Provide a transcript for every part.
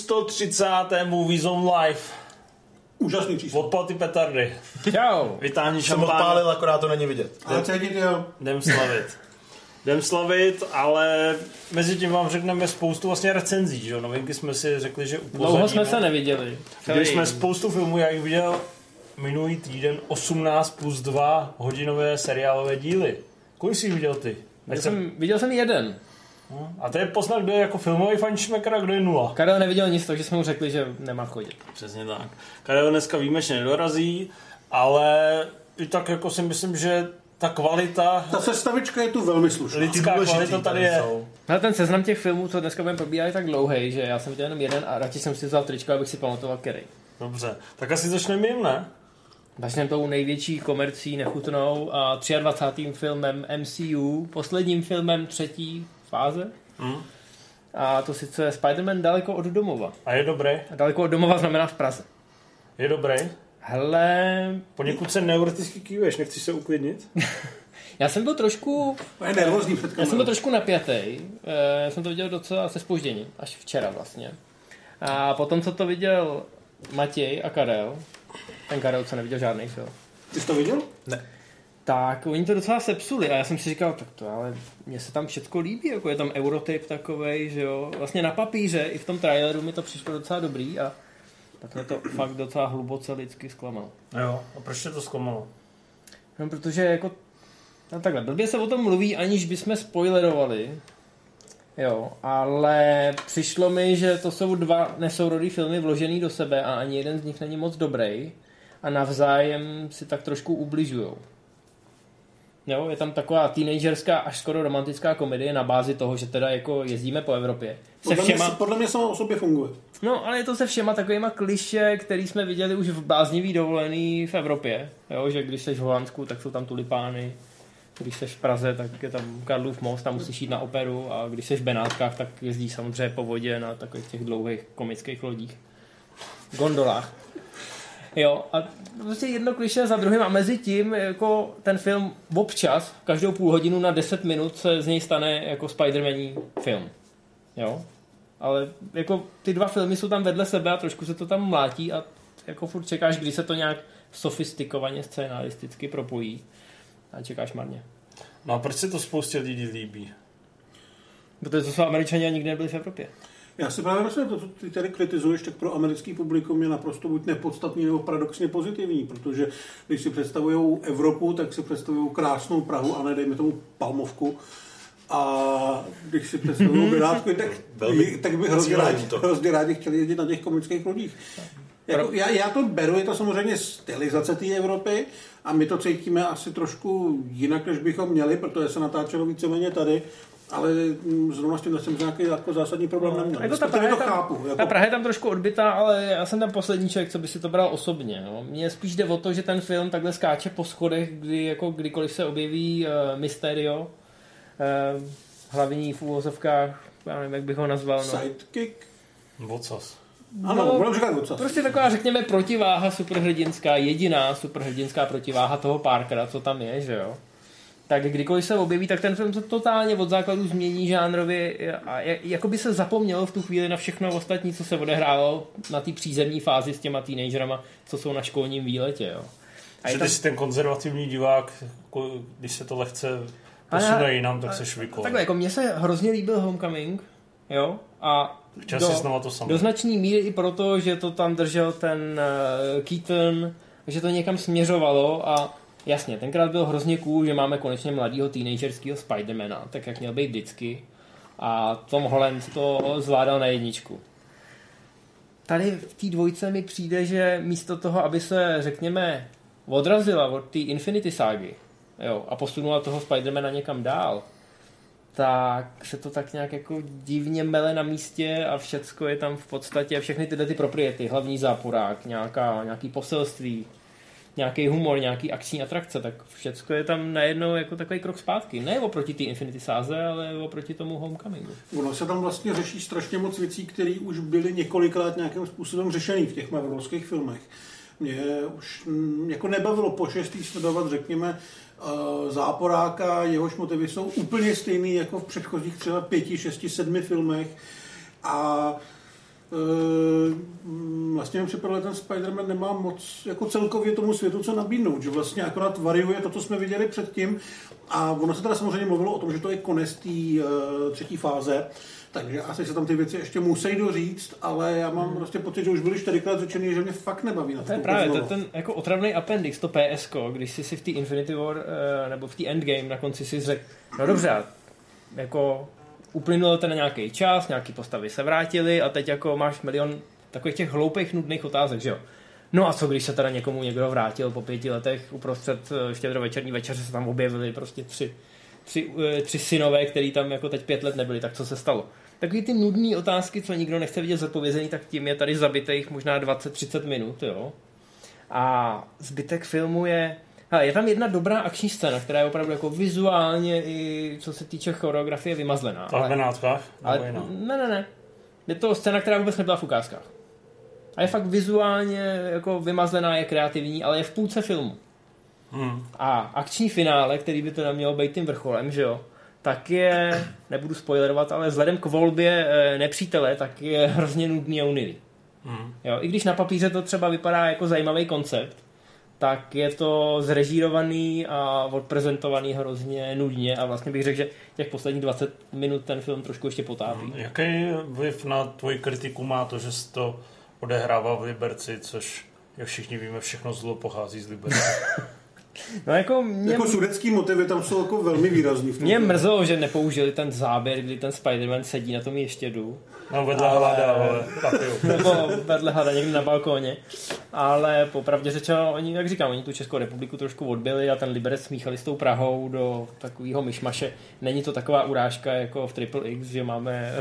130. Movie Zone Live. Úžasný číslo. Odpal ty petardy. Čau. Vytáhni Jsem šampáň. odpálil, akorát to není vidět. Ale cítit, jo. Jdem slavit, ale mezi tím vám řekneme spoustu vlastně recenzí, že jo? Novinky jsme si řekli, že upozorníme. Dlouho jsme se neviděli. Když jsme spoustu filmů, já jich viděl minulý týden 18+2 hodinové seriálové díly. Kolik jsi viděl ty? Viděl jsem jeden. A to je poznat, kdo je jako filmový fanšmekr a kdo je nula. Karel neviděl nic, takže jsme mu řekli, že nemá chodit. Přesně tak. Karel dneska výjimečně nedorazí, ale i tak jako si myslím, že ta kvalita... Ta sestavička je tu velmi slušná. Lidská kvalita tady je. Ale ten seznam těch filmů, co dneska budeme probíhat, je tak dlouhý, že já jsem viděl jenom jeden a radši jsem si vzal tričko, abych si pamatoval který. Dobře, tak asi začneme jim, ne? Začneme tou největší komercí nechutnou a 23. filmem MCU, posledním filmem třetí fáze. A to sice Spider-Man daleko od domova. A je dobrý? A daleko od domova znamená v Praze. Je dobrý? Hele... Poněkud se neuroticky kýveš, nechceš se uklidnit? Já jsem byl trošku... Je nervózní před kamerou. Já jsem byl trošku napjatý. Já jsem to viděl docela se zpožděním. Až včera vlastně. A potom, co to viděl Matěj a Karel, ten Karel, co neviděl žádný film. Ty jsi to viděl? Ne. Tak oni to docela sepsuli a já jsem si říkal, tak to ale mně se tam všecko líbí, jako je tam Eurotape takovej, že jo. Vlastně na papíře i v tom traileru mi to přišlo docela dobrý a tak mě to fakt docela hluboce lidsky zklamalo. Jo, a proč tě to zklamalo? No, protože jako, no takhle, blbě se o tom mluví, aniž bychom spoilerovali, jo, ale přišlo mi, že to jsou dva nesourodý filmy vložený do sebe a ani jeden z nich není moc dobrý a navzájem si tak trošku ubližujou. Jo, je tam taková teenagerská až skoro romantická komedie na bázi toho, že teda jako jezdíme po Evropě. Podle mě sama o sobě funguje. No, ale je to se všema takovýma kliše, který jsme viděli už v bláznivý dovolený v Evropě. Jo, že když seš v Holandsku, tak jsou tam tulipány. Když seš v Praze, tak je tam Karlův most, tam musíš jít na operu. A když seš v Benátkách, tak jezdíš samozřejmě po vodě na takových těch dlouhých komických lodích. Gondolách. Jo, a prostě jedno klišé za druhým a mezi tím jako ten film občas, každou půl hodinu na 10 minut se z něj stane jako Spider-Maní film. Jo, ale jako ty dva filmy jsou tam vedle sebe a trošku se to tam mlátí a jako furt čekáš, kdy se to nějak sofistikovaně scénaristicky propojí a čekáš marně. No a proč se to spoustě lidí líbí? Protože to jsou Američani a nikdy nebyli v Evropě. Já si právě myslím, to, co ty tady kritizuješ, tak pro americký publikum je naprosto buď nepodstatný nebo paradoxně pozitivní, protože když si představují Evropu, tak si představují krásnou Prahu a ne dejme tomu Palmovku. A když si představují Benátku, tak by hrozně rádi chtěli jezdit na těch komických lodích. Jako, já to beru, je to samozřejmě stylizace té Evropy a my to cítíme asi trošku jinak, než bychom měli, protože se natáčelo víceméně tady. Ale zrovna s tím jsem nějaký jako zásadní problém neměl. Jako ta Praha je tam trošku odbytá, ale já jsem tam poslední člověk, co by si to bral osobně. No. Mně spíš jde o to, že ten film takhle skáče po schodech, kdy jako kdykoliv se objeví Mysterio, hlavní v úvozovkách, já nevím, jak bych ho nazval. No. Sidekick? Vocas. Ano, budeme říkat Vocas. Prostě taková, řekněme, protiváha superhrdinská, jediná superhrdinská protiváha toho Parkera, co tam je, že jo. Tak kdykoliv se objeví, tak ten film se totálně od základu změní žánrově a jako by se zapomnělo v tu chvíli na všechno ostatní, co se odehrálo na té přízemní fázi s těma teenagerama, co jsou na školním výletě. Jo. A že ty jsi ten konzervativní divák, když se to lehce posune jinam, tak seš vykolej. Takhle, jako mně se hrozně líbil Homecoming, jo, a do značné míry i proto, že to tam držel ten Keaton, že to někam směřovalo a jasně, tenkrát byl hrozně cool, že máme konečně mladýho teenagerského Spidermana, tak jak měl být vždycky. A Tom Holland to zvládal na jedničku. Tady v té dvojce mi přijde, že místo toho, aby se, řekněme, odrazila od té Infinity ságy, jo, a posunula toho Spidermana někam dál, tak se to tak nějak jako divně mele na místě a všecko je tam v podstatě, všechny tyhle ty propriety, hlavní záporák, nějaký poselství, nějaký humor, nějaký akční atrakce, tak všecko je tam najednou jako takový krok zpátky. Ne oproti té Infinity sáze, ale oproti tomu Homecomingu. Ono se tam vlastně řeší strašně moc věcí, které už byly několikrát nějakým způsobem řešený v těch marvelovských filmech. Mě už jako nebavilo po šestý sledovat, řekněme, záporáka, jehož motivy jsou úplně stejný jako v předchozích třeba 5, 6, 7 filmech a vlastně mi připadlo, ten Spider-Man nemá moc jako celkově tomu světu co nabídnout, že vlastně akorát variuje to, co jsme viděli předtím a ono se teda samozřejmě mluvilo o tom, že to je konec té třetí fáze, takže asi se tam ty věci ještě musí doříct, ale já mám prostě pocit, že už byly 4krát řečený, že mě fakt nebaví na to. To je právě, to je ten jako otravný appendix, to PSko, když jsi si v té Infinity War nebo v té Endgame na konci si řekl, no dobře, jako uplynulo ten nějaký čas, nějaký postavy se vrátily a teď jako máš milion takových těch hloupých, nudných otázek, že jo. No a co, když se teda někomu někdo vrátil po 5 letech uprostřed štědrovečerní večeře se tam objevili prostě tři synové, který tam jako teď 5 let nebyli, tak co se stalo? Takový ty nudné otázky, co nikdo nechce vidět zodpovězený, tak tím je tady zabitých možná 20-30 minut, jo. A zbytek filmu je tam jedna dobrá akční scéna, která je opravdu jako vizuálně i co se týče choreografie vymazlená. Ale v Benátkách? Ne. Je to scéna, která vůbec nebyla v ukázkách. A je fakt vizuálně jako vymazlená, je kreativní, ale je v půlce filmu. A akční finále, který by teda mělo být tím vrcholem, že jo, tak je, nebudu spoilerovat, ale vzhledem k volbě nepřítele, tak je hrozně nudný a unilý. Jo, i když na papíře to třeba vypadá jako zajímavý koncept, tak je to zrežírovaný a odprezentovaný hrozně nudně a vlastně bych řekl, že těch posledních 20 minut ten film trošku ještě potápí. Jaký vliv na tvoji kritiku má to, že se to odehrává v Liberci, což, jak všichni víme, všechno zlo pochází z Liberce? No jako sudecký motivy tam jsou jako velmi výrazný. Mě mrzelo, že nepoužili ten záběr, kdy ten Spider-Man sedí na tom ještědu. No vedle hlada, ale nebo vedle hlada někde na balkóně. Ale popravdě řečeno, jak říkám, oni tu Českou republiku trošku odbyli a ten Liberec smíchali s tou Prahou do takového myšmaše. Není to taková urážka jako v Triple X, že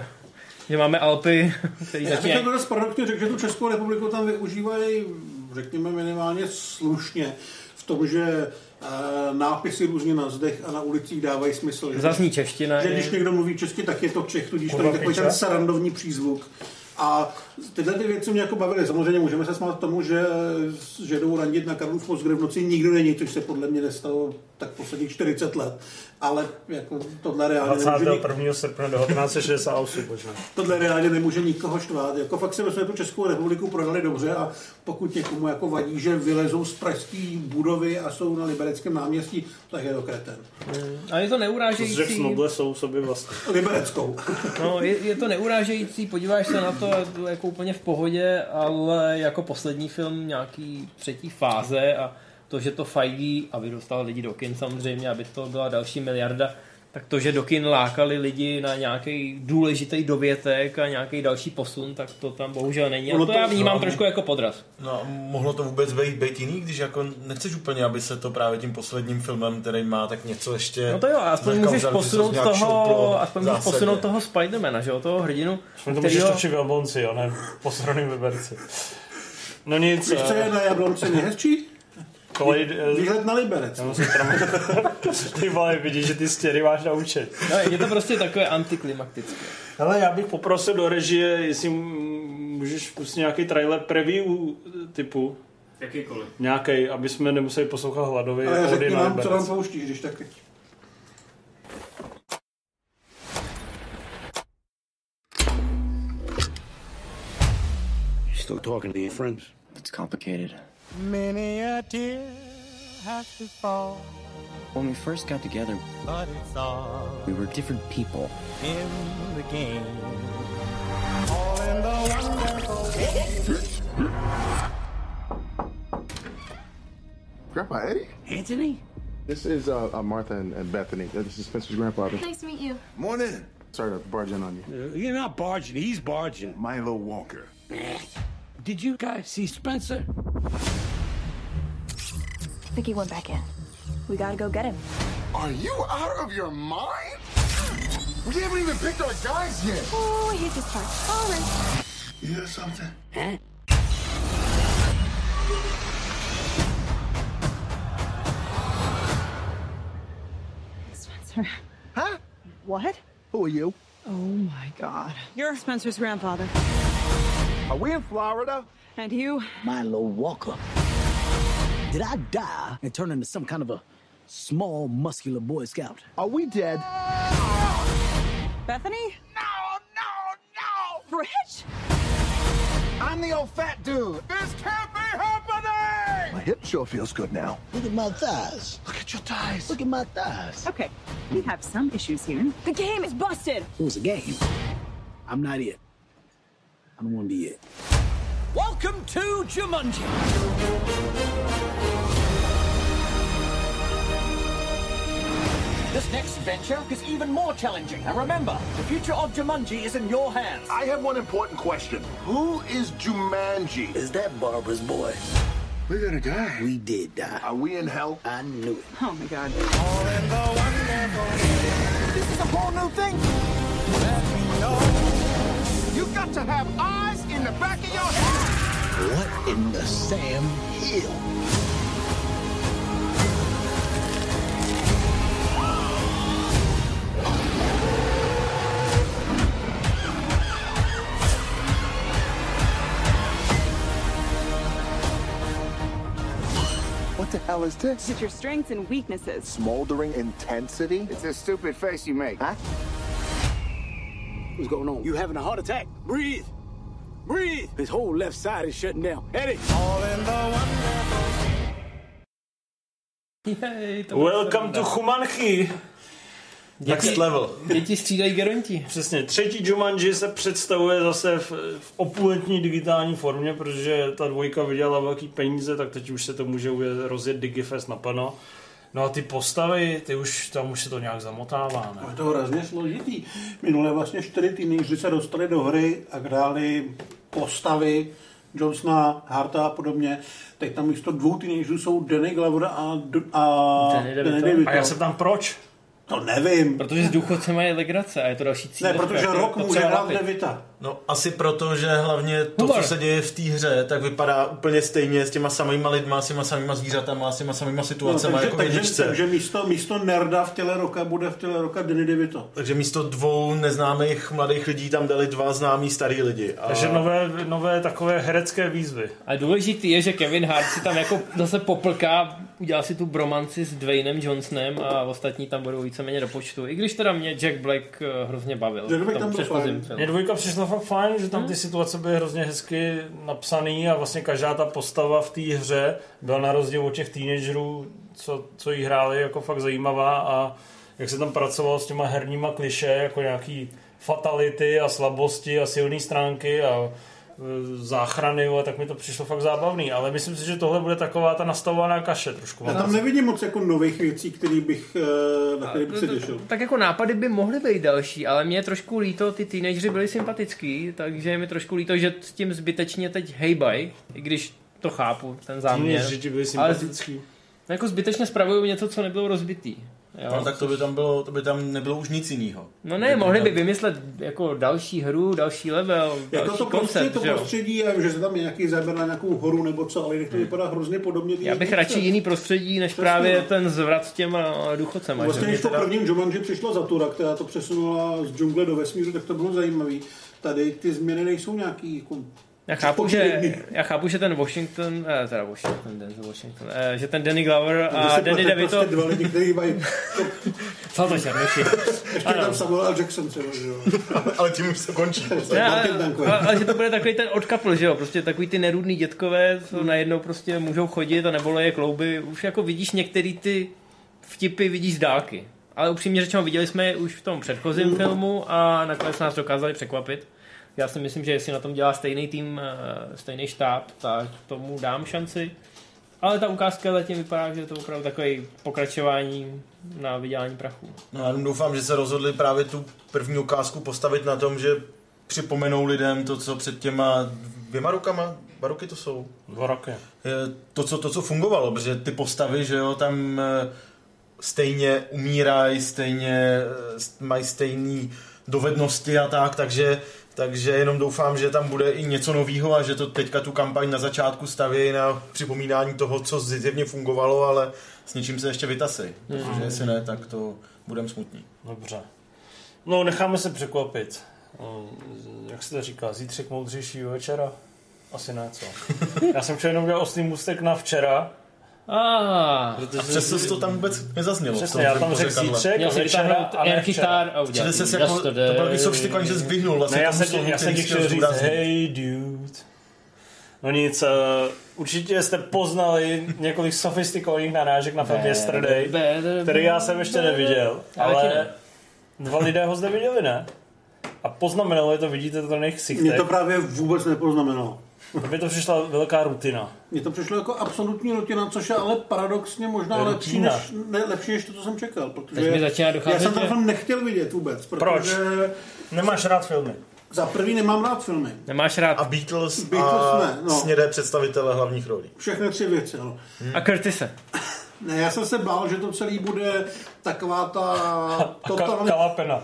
máme Alpy, který začínají... Já bych to paradoxně řekl, že tu Českou republiku tam využívají, řekněme minimálně slušně, v tom, že nápisy různě na zdech a na ulicích dávají smysl. Zazní čeština. Že když někdo mluví česky, tak je to Čech, tudíž to je takový ten sarandovní přízvuk. A tyhle ty věci mě jako bavily. Samozřejmě můžeme se smát tomu, že jdou randit na Karlův most, kde v noci nikdo není, což se podle mě nestalo tak posledních 40 let. Ale jako tohle reálně 21. srpna 1968. Tohle reálně nemůže nikoho štvát. Jako fakt si myslím, že tu Českou republiku prodali dobře a pokud někomu jako vadí, že vylezou z pražské budovy a jsou na Libereckém náměstí, tak je to kreten. A je to neurážející. Protože Snoble jsou sobě vlastně. Libereckou. No, je to neurážející, podíváš se na to jako úplně v pohodě, ale jako poslední film nějaký třetí fáze a to, že to Feige, aby dostal lidi do kin samozřejmě, aby to byla další miliarda, tak to, že do kin lákali lidi na nějaký důležitý dovětek a nějaký další posun, tak to tam bohužel není. A to já vnímám trošku jako podraz. No, mohlo to vůbec být jiný, když jako nechceš úplně, aby se to právě tím posledním filmem, který má tak něco ještě... No to jo, aspoň můžeš posunout toho Spidermana, že jo, toho hrdinu. To můžeš točit v Jablonci, jo, ne v posraným Liberci. No nic. Víš, co je na Jablonci nejhezčí? Výhled na Liberec. Ty vole, vidíš, že ty stěry máš naučit. No, je to prostě takové antiklimatické. Hele, já bych poprosil do režie, jestli můžeš pustit nějaký trailer preview typu. Jakýkoliv. Nějaký, aby jsme nemuseli poslouchat Hladovi. Ale řekni nám, co nám pouštíš, když taky. You're still talking to your friends? It's complicated. Many a tear has to fall. When we first got together, But it's all we were different people. in the game. All in the wonderful Grandpa Eddie? Anthony? This is Martha and Bethany. This is Spencer's grandfather. Nice to meet you. Morning. Sorry to barge in on you. You're not barging, he's barging. Milo Walker. Did you guys see Spencer? I think he went back in. We gotta go get him. Are you out of your mind? We haven't even picked our guys yet. Oh, I hate this part. All right. You hear something? Huh? Spencer. Huh? What? Who are you? Oh my God. You're Spencer's grandfather. Are we in Florida? And you? Milo Walker. Did I die and turn into some kind of a small, muscular Boy Scout? Are we dead? Bethany? No! Rich? I'm the old fat dude. This can't be happening! My hip sure feels good now. Look at my thighs. Look at your thighs. Look at my thighs. Okay, we have some issues here. The game is busted. It was a game. I'm not it. I don't want to be it. Welcome to Jumanji. This next venture is even more challenging. And remember, the future of Jumanji is in your hands. I have one important question. Who is Jumanji? Is that Barbara's boy? We're gonna die. We did die. Are we in hell? I knew it. Oh my God. This is a whole new thing. You got to have eyes in the back of your head. What in the Sam Hill? What the hell is this? It's your strengths and weaknesses. Smoldering intensity? It's a stupid face you make. Huh? What's going on? You having a heart attack? Breathe. Breathe. His whole left side is shutting down. Eddie. Welcome to Jumanji. Next level. Děti střídají geronti. Přesně. Třetí Jumanji se představuje zase v opulentní digitální formě, protože ta dvojka vydělala velký peníze, tak teď už se to může rozjet Digifest naplno. No a ty postavy, tam už se to nějak zamotává, ne? Je to hrozně složitý. Minule vlastně 4 teenageři se dostali do hry a hráli postavy Johnsona, Harta a podobně. Teď tam místo 2 teenagerů jsou Danny Glover a Danny DeVito. A já se ptám proč? To nevím. Protože s důchodcem je legrace a je to další cíl. Ne, protože Rock může hrát DeVita. No asi proto, že hlavně to, co se děje v té hře, tak vypadá úplně stejně s těma samýma lidma, s těma samýma zvířatama, s těma samýma situacemi no, jako v jedničce. Takže místo nerda v těle Rocka bude v těle Rocka Danny DeVito. Takže místo 2 neznámých mladých lidí tam dali 2 známí starý lidi. A... Takže nové takové herecké výzvy. A důležitý je, že Kevin Hart si tam jako zase poplká, udělal si tu bromanci s Dwaynem Johnsonem a ostatní tam budou víceméně do počtu. I když teda mě Jack Black hrozně bavil. Mě dvojka přišla fakt fajn, že tam ty situace byly hrozně hezky napsaný a vlastně každá ta postava v té hře byla na rozdíl od těch teenagerů, co jí hráli, jako fakt zajímavá a jak se tam pracovalo s těma herníma klišé, jako nějaký fatality a slabosti a silné stránky a záchrany, tak mi to přišlo fakt zábavný, ale myslím si, že tohle bude taková ta nastavovaná kaše trošku. Já tam nevidím moc jako nových věcí, na který bych se těšil. Tak jako nápady by mohly být další, ale mě je trošku líto, ty teenageři byli sympatický, takže je mi trošku líto, že s tím zbytečně teď hejbaj, i když to chápu, ten záměr. Teenageři byli sympatický. Ale jako zbytečně spravují něco, co nebylo rozbitý. Jo, no, tak to by tam nebylo už nic jiného. No ne, mohli by vymyslet jako další hru, další level, další koncept. To prostředí, že se tam je nějaký záběr na nějakou horu nebo co, ale to vypadá hrozně podobně. Já bych radši jiný prostředí, než právě ten zvrat s těma důchodcema. Vlastně když to prvním Jumanji přišlo Zatura, která to přesunula z džungle do vesmíru, tak to bylo zajímavý. Tady ty změny nejsou nějaký jako... Já chápu, že ten Washington, že ten Danny Glover a Danny DeVito... Prostě 2 lidi, kteří mají... Co to černoši? Ještě tam Samuel L. Jackson třeba, že jo. Ale tím už se končí. Ale že to bude takový ten odkapl, že jo. Prostě takový ty nerudný dětkové, co najednou prostě můžou chodit a nebolej je klouby. Už jako vidíš některý ty vtipy, vidíš z dálky. Ale upřímně řečeno, viděli jsme je už v tom předchozím filmu a nakonec nás dokázali překvapit. Já si myslím, že jestli na tom dělá stejný tým, stejný štáb, tak tomu dám šanci. Ale ta ukázka zatím vypadá, že je to opravdu takové pokračování na vydělání prachu. No já doufám, že se rozhodli právě tu první ukázku postavit na tom, že připomenou lidem to, co před těma 2 rokama, 2 roky to jsou. 2 roky. To, co fungovalo, protože ty postavy, že jo, tam stejně umírají, stejně mají stejné dovednosti a tak, takže jenom doufám, že tam bude i něco novýho a že to teďka tu kampaň na začátku staví na připomínání toho, co zjevně fungovalo, ale s něčím se ještě vytasej. Protože jestli ne, tak to budeme smutní. Dobře. No, necháme se překvapit. Jak se to říká, zítřek moudřejšího večera? Asi ne, co? Já jsem včera jenom dělal oslý můstek na včera. A přesto to tam vůbec nezaznělo. Přesně, já tam řekl zítřek a večera a ne včera. To byl vysokštěkovaný, že zvyhnul vlastně. Ne, já jsem ti chtěl říct, hey dude. No nic, určitě jste poznali několik sofistikovaných narážek na film Yesterday, který já jsem ještě neviděl, ale 2 lidé ho zde viděli, ne? A poznamenalo je to, vidíte to na jejich ksichtech. Mě to právě vůbec nepoznamenalo. To by to přišla velká rutina. Mně to přišlo jako absolutní rutina, což je ale paradoxně možná lepší než to, co jsem čekal. Protože já jsem ten film nechtěl vidět vůbec. Proč? Nemáš rád filmy? Za prvý nemám rád filmy. Nemáš rád. A Beatles ne, no. Snědé představitele hlavních rolí. Všechny 3 věci, ano. A Curtise. Ne, já jsem se bál, že to celý bude taková ta... Kalapena.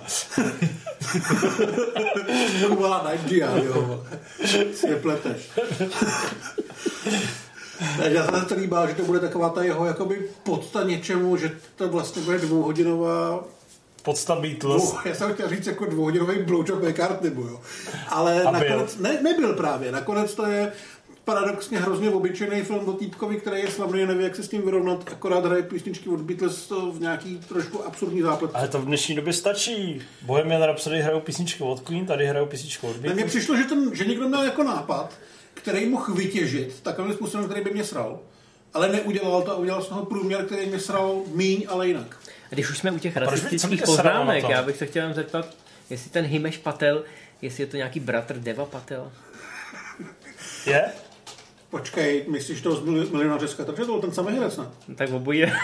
To byla Nigeria, jo. Si je pleteš. Já jsem se celý bál, že to bude taková ta jeho jakoby podsta něčemu, že to vlastně bude 2hodinová... Podsta Beatles. Já jsem chtěl říct jako 2hodinový blowjob McCartney, jo. Ale nakonec nebyl právě. Nakonec to je paradoxně hrozně obyčejný film o týpkovi, který je slavný, neví, jak se s tím vyrovnat, akorát hraje písničky od Beatles v nějaký trošku absurdní zápletce. Ale to v dnešní době stačí. Bohemian Rhapsody hrajou písničku od Queen, tady hrajou písničku od Beatles. Mně přišlo, že někdo měl jako nápad, který mohl vytěžit takovým způsobem, který by mě sral, ale neudělal to a udělal z toho průměr, který mě sral míň, ale jinak. A když už jsme u těch rasistických poznámek, já bych se chtěl zeptat, jestli ten Himesh Patel, jestli je to nějaký bratr Deva Patel. Je? Počkej, myslíš toho z Milionáře z Katar, že to byl ten samý herec, ne? Tak obojí je.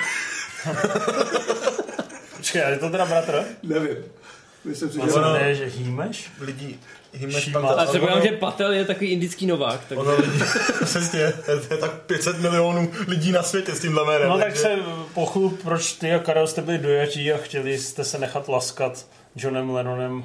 Počkej, ale je to teda bratr? Nevím. Myslím si, že ne, že Himesh? Himesh Patel. A se bojím, že Patel je takový indický Novák. Takže... Ono lidi, přesně, je tak 500 milionů lidí na světě s tímhle jménem. No tak se pochlup, proč ty a Karel jste byli dojatí a chtěli jste se nechat laskat Johnem Lennonem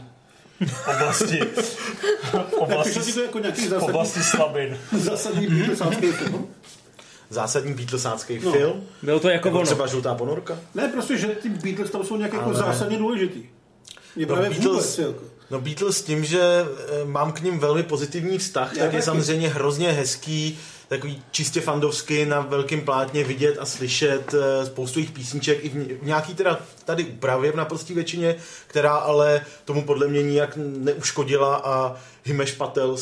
v oblasti slabin. Zásadní beatlesácký film. Zásadní beatlesácký film? Bylo to jako ono. Třeba Žlutá ponorka? Ne, prostě, že ty Beatles tam jsou nějak jako zásadně důležitý. Je právě Beatles, no Beatles tím, že mám k nim velmi pozitivní vztah, tak je samozřejmě hrozně hezký, takový čistě fandovský na velkém plátně vidět a slyšet spoustu jejich písniček i v nějaký teda tady úpravě v naprostý většině, která ale tomu podle mě nijak neuškodila a Himesh Patel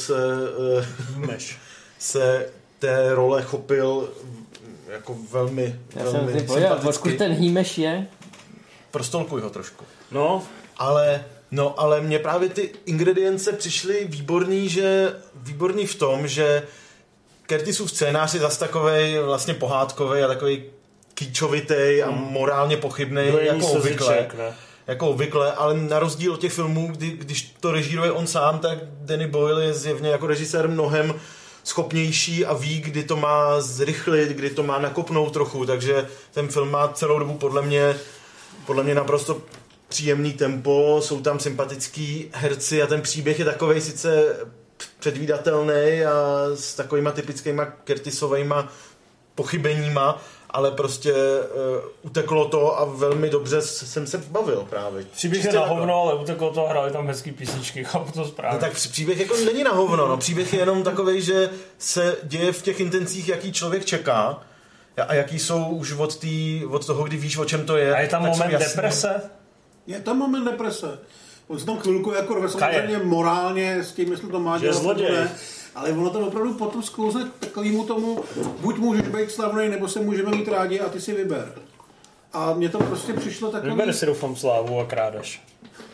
se té role chopil jako velmi sympaticky. Odkud ten Himesh je? Prostolkuj ho trošku. No. Ale mně právě ty ingredience přišly výborný v tom, že Curtisův scénář je zase takovej vlastně pohádkovej a takovej kýčovitej a morálně pochybnej jako obvykle, ale na rozdíl od těch filmů, když to režíruje on sám, tak Danny Boyle je zjevně jako režisér mnohem schopnější a ví, kdy to má zrychlit, kdy to má nakopnout trochu, takže ten film má celou dobu podle mě naprosto příjemný tempo, jsou tam sympatický herci a ten příběh je takovej sice předvídatelný a s takovýma typickýma Curtisovejma pochybeníma, ale prostě uteklo to a velmi dobře jsem se bavil právě. Příběh je na hovno, ale uteklo to a hráli tam hezký písničky, chápu to správně. No tak příběh jako není na hovno, no. Příběh je jenom takovej, že se děje v těch intencích, jaký člověk čeká a jaký jsou už od toho, kdy víš, o čem to je. A je tam moment deprese? Je tam moment deprese. On se tam chvilku jako rve samozřejmě morálně s tím, jestli to má dělat, ale ono to opravdu potom sklouzne takovýmu tomu, buď můžeš být slavnej, nebo se můžeme mít rádi a ty si vyber. A mně to prostě přišlo takový... Vyber si doufám slávu a krádež.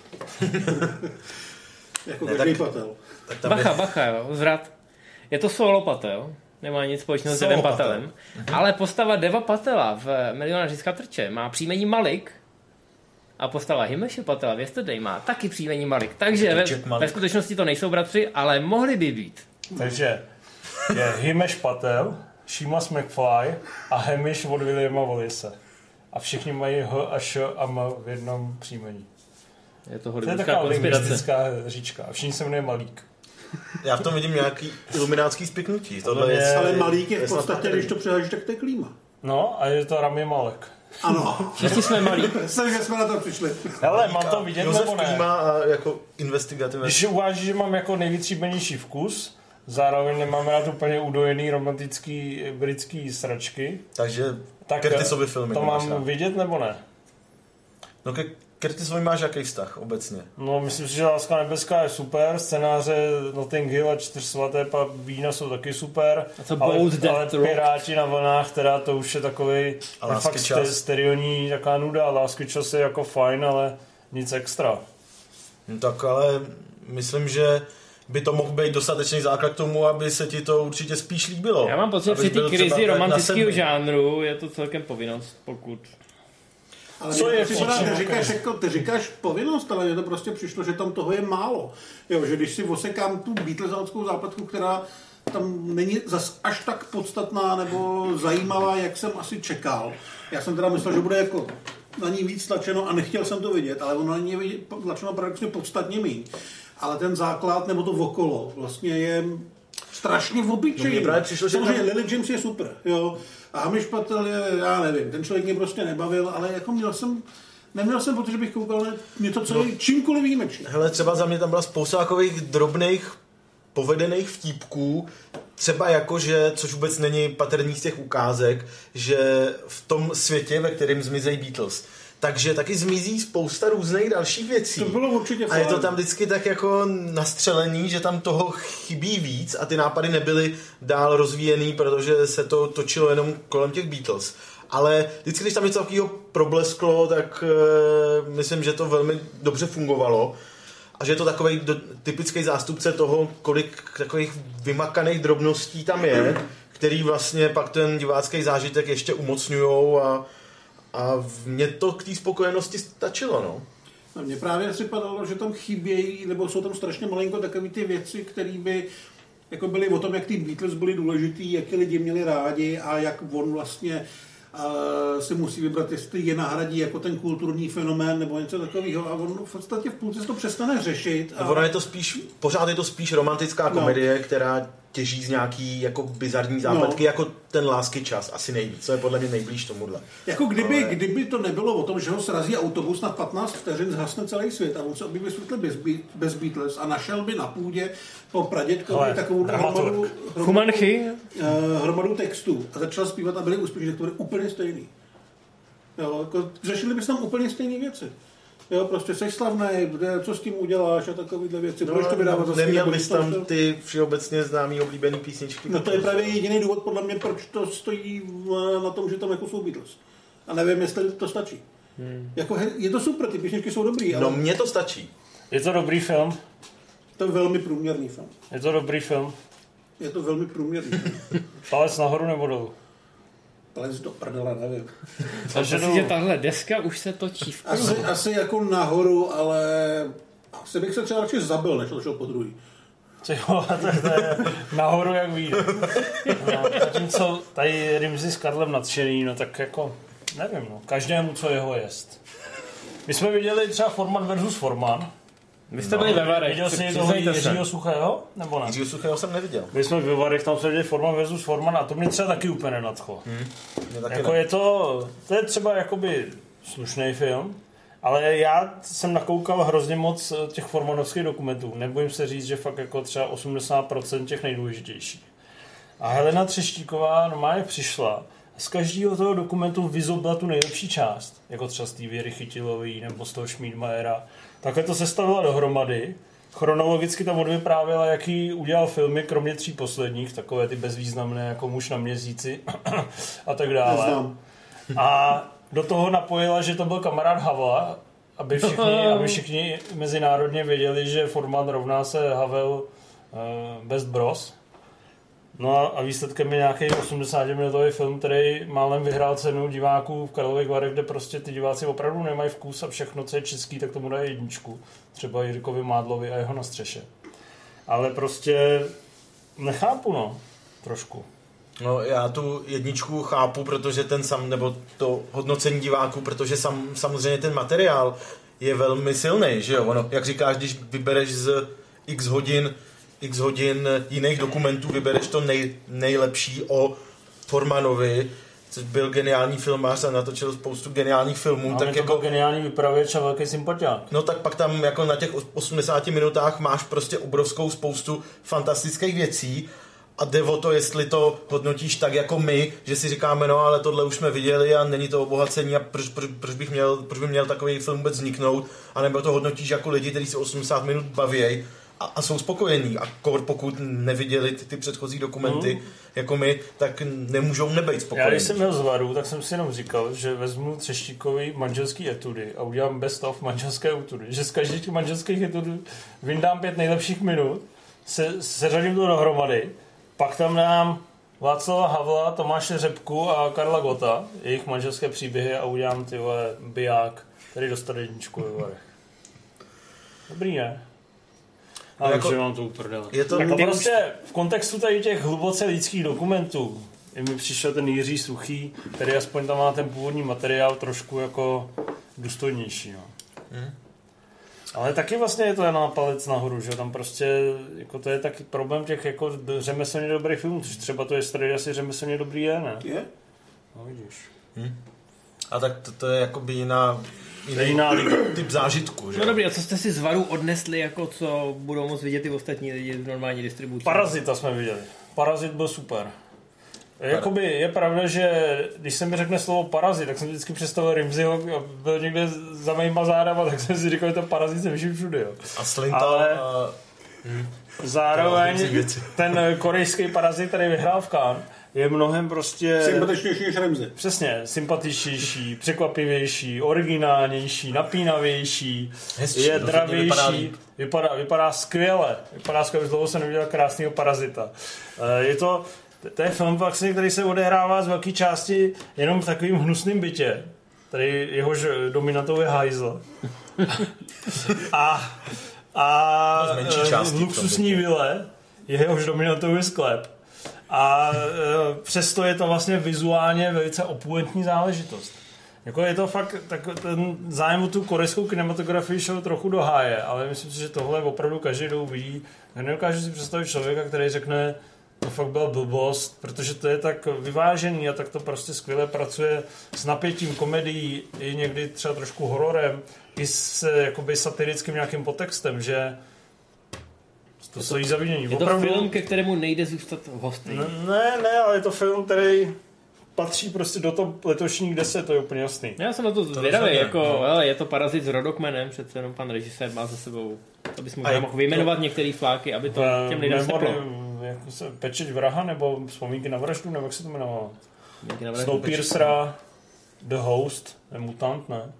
Jako každý Patel. Bacha, jo, zvrat. Je to solo Patel, nemá nic společného s Devem Patelem, ale postava Deva Patela v Milionáři z Chatrče má příjmení Malik, a postava Himeshe Patela v Yesterday má taky příjmení Malik. Takže ve skutečnosti to nejsou bratři, ale mohli by být. Takže je Himesh Patel, Seamus McFly a Hamish od Williama Wallise. A všichni mají H a Š a M v jednom příjmení. To je taková lingvistická říčka. A všichni se jmenuje Malík. Já v tom vidím nějaký iluminátský spiknutí. Ale Malík je v podstatě, když to přehážíš, tak to je Klíma. No a je to Rami Malek. Ano. Všichni jsme malí. Jsem, že jsme na to přišli. Ale mám to vidět, Josef nebo ne? Klíma a jako investigativní. Když uváží, že mám jako nejvytříbenější vkus, zároveň nemám rád úplně udojený romantický britský sračky. Takže Curtisovy filmy. To mám vidět, nebo ne? No ke Curtis máš jaký vztah obecně? No, myslím si, že Láska nebeská je super, scénáře Notting Hill a 4 svaté vína jsou taky super, ale Piráti na vlnách, teda to už je takový fakt sterilní taková nuda, a Lásky čas je jako fajn, ale nic extra. No, tak ale myslím, že by to mohl být dostatečný základ k tomu, aby se ti to určitě spíš líbilo. Já mám pocit, že při té krizi romantického žánru je to celkem povinnost, pokud... Ale ty říkáš povinnost, ale mně to prostě přišlo, že tam toho je málo. Jo, že když si osekám tu Beatlesovskou zápletku, která tam není zas až tak podstatná nebo zajímavá, jak jsem asi čekal. Já jsem teda myslel, že bude jako na ní víc tlačeno a nechtěl jsem to vidět, ale ono na ní je tlačeno paradoxně podstatně méně. Ale ten základ nebo to okolo vlastně je strašně obyčejný. Samozřejmě Lily James je super, jo. A Hamish Patel je, já nevím, ten člověk mě prostě nebavil, ale jako neměl jsem pocit, že bych koukal na něco, co je čímkoliv výjimečný. Hele, třeba za mě tam byla spousta takových drobných povedených vtípků, třeba jako, že, což vůbec není patrný z těch ukázek, že v tom světě, ve kterém zmizejí Beatles, takže taky zmizí spousta různých dalších věcí. To bylo určitě a je to tam vždycky tak jako nastřelený, že tam toho chybí víc a ty nápady nebyly dál rozvíjený, protože se to točilo jenom kolem těch Beatles. Ale vždycky, když tam něco takového problesklo, tak myslím, že to velmi dobře fungovalo. A že je to takový typický zástupce toho, kolik takových vymakaných drobností tam je, který vlastně pak ten divácký zážitek ještě umocňujou a mě to k té spokojenosti stačilo, no. A mně právě připadalo, že tam chybějí, nebo jsou tam strašně malinko takové ty věci, které by jako byly o tom, jak ty Beatles byly důležitý, jak lidi měli rádi a jak on vlastně si musí vybrat, jestli je nahradí jako ten kulturní fenomén nebo něco takového a on v podstatě v půlce to přestane řešit. Ono je to spíš, pořád je to spíš romantická komedie, která těží z nějaký jako bizarní zápletky, jako ten Lásky čas, asi nejvíc, co je podle mě nejblíž tomuhle. Jako kdyby to nebylo o tom, že ho srazí autobus na 15 vteřin, zhasne celý svět a on se objeví světle bez Beatles a našel by na půdě po pradětkovi takovou hromadu textů a začal zpívat a byli úspěšní, to byly úplně stejný. Jo, jako řešili bys tam úplně stejné věci. Jo, prostě jsi slavnej, co s tím uděláš a takovýhle věci. No, to vydávat neměl bys tam ty všeobecně známý oblíbený písničky. No to je právě jediný důvod podle mě, proč to stojí na tom, že tam jako jsou Beatles. A nevím, jestli to stačí. Jako, je to super, ty písničky jsou dobrý. Ale... No mně to stačí. Je to dobrý film? To je velmi průměrný film. Je to dobrý film? Je to velmi průměrný film. Palec nahoru nebo dolů? Palec do prdele, nevím. Takže tahle deska už se točí v asi jako nahoru, ale asi bych se třeba radši zabil, než to šel po druhý. Jo, to je nahoru jak vyjde. No, zatímco tady Rimsey s Karlem nadšený, no tak jako, nevím, no, každému co jeho jest. My jsme viděli třeba Forman versus Forman. Vy jste byli ve Varech. Viděl jsi toho Jiřího Suchého, nebo ne? Jiřího Suchého jsem neviděl. My jsme ve Varech, tam jsme viděli Forman versus Forman a to mě třeba taky úplně nenadchlo. Jako je to je třeba jakoby slušný film, ale já jsem nakoukal hrozně moc těch formanovských dokumentů. Nebojím se říct, že fakt jako třeba 80% těch nejdůležitějších. A Helena Třeštíková normálně přišla z každého toho dokumentu vyzobla tu nejlepší část, jako třeba z té Věry Chytilový nebo z toho Schmidmayera. Takhle to sestavila dohromady. Chronologicky tam odvyprávěla, jaký udělal filmy, kromě 3 posledních, takové ty bezvýznamné, jako Muž na měsíci a tak dále. Neznám. A do toho napojila, že to byl kamarád Havla, aby všichni mezinárodně věděli, že Forman rovná se Havel Best Bros. No a výsledkem je nějaký 80-minutový film, který málem vyhrál cenu diváků v Karlových Varech, kde prostě ty diváci opravdu nemají vkus a všechno, co je český, tak tomu dají 1. Třeba Jirkovi Mádlovi a jeho Na střeše. Ale prostě nechápu, no, trošku. No já tu 1 chápu, protože nebo to hodnocení diváků, protože samozřejmě ten materiál je velmi silný, že jo? Ono, jak říkáš, když vybereš z x hodin jiných dokumentů, vybereš to nejlepší o Formanovi, což byl geniální filmář a natočil spoustu geniálních filmů. Tak jako geniální vypravěč a velký sympatiák. No tak pak tam jako na těch 80 minutách máš prostě obrovskou spoustu fantastických věcí A jde o to, jestli to hodnotíš tak jako my, že si říkáme, no ale tohle už jsme viděli a není to obohacení a proč by měl takový film vůbec vzniknout, anebo to hodnotíš jako lidi, kteří se 80 minut baví a jsou spokojení. A pokud neviděli ty předchozí dokumenty jako my, tak nemůžou nebejt spokojení. Já když jsem měl zvaru, tak jsem si jenom říkal, že vezmu Třeštíkový manželský etudy a udělám best of manželské etudy. Že z každých těch manželských etudů vyndám 5 nejlepších minut, seřadím to dohromady, pak tam dám Václava Havla, Tomáše Řepku a Karla Gotta, jejich manželské příběhy a udělám ty vole biják, který dostane jedničku ve varech. Dobrý, ne? Ale jako, že mám to uprdele. Tak prostě v kontextu tady těch hluboce lidských dokumentů mi přišel ten Jiří Suchý, který aspoň tam má ten původní materiál trošku jako důstojnější. No. Ale taky vlastně je to na palec nahoru, že tam prostě, jako to je taky problém těch jako řemeslně dobrých filmů, což třeba to je tady asi řemeslně dobrý je, ne? Je? No vidíš. A tak to je jakoby jiný typ zážitku, že? No dobrý, a co jste si z varu odnesli, jako co budou moct vidět i ostatní lidi v normální distribuci? Parazita jsme viděli. Parazit byl super. Jakoby je pravda, že když se mi řekne slovo parazit, tak jsem vždycky představil Rimziho a byl někde za mýma zádama, tak jsem si říkal, že to parazit se vyšel všude. Jo. A Slintal zároveň ten korejský parazit, který vyhrál v Cannes, je mnohem prostě... sympatičnější než Rimzi. Přesně, sympatičnější, překvapivější, originálnější, napínavější, hezčí, je dravější, vypadá skvěle. Už dlouho jsem neviděl krásného parazita. To je film, vlastně, který se odehrává z velké části jenom v takovým hnusným bytě, který jehož dominatou je hajzl. a luxusní vile, jehož dominatou je sklep. A přesto je to vlastně vizuálně velice opulentní záležitost. Jako je to fakt, tak ten zájem o tu korejskou kinematografii šel trochu do háje, ale myslím si, že tohle opravdu každý, kdo uvidí. Já nedokážu si představit člověka, který řekne, to fakt byla blbost, protože to je tak vyvážený a tak to prostě skvěle pracuje s napětím komedií, i někdy třeba trošku hororem, i s jakoby satirickým nějakým podtextem, že to stojí za vidění. Je to opravdu film, ke kterému nejde zůstat hosty. Ne, ale je to film, který patří prostě do toho letošních 10, to je úplně jasný. Já jsem na to zvědavý, jako, ale je to Parazit s Rodokmenem, přece jenom pan režisér má za sebou, abys mohl vyjmenovat některé fláky, aby to těm lidem seplo. Jako se Pečeť vraha, nebo Vzpomínky na vraždu, nebo jak se to jmenovalo? Snowpiercera, The Host, je Mutant, ne?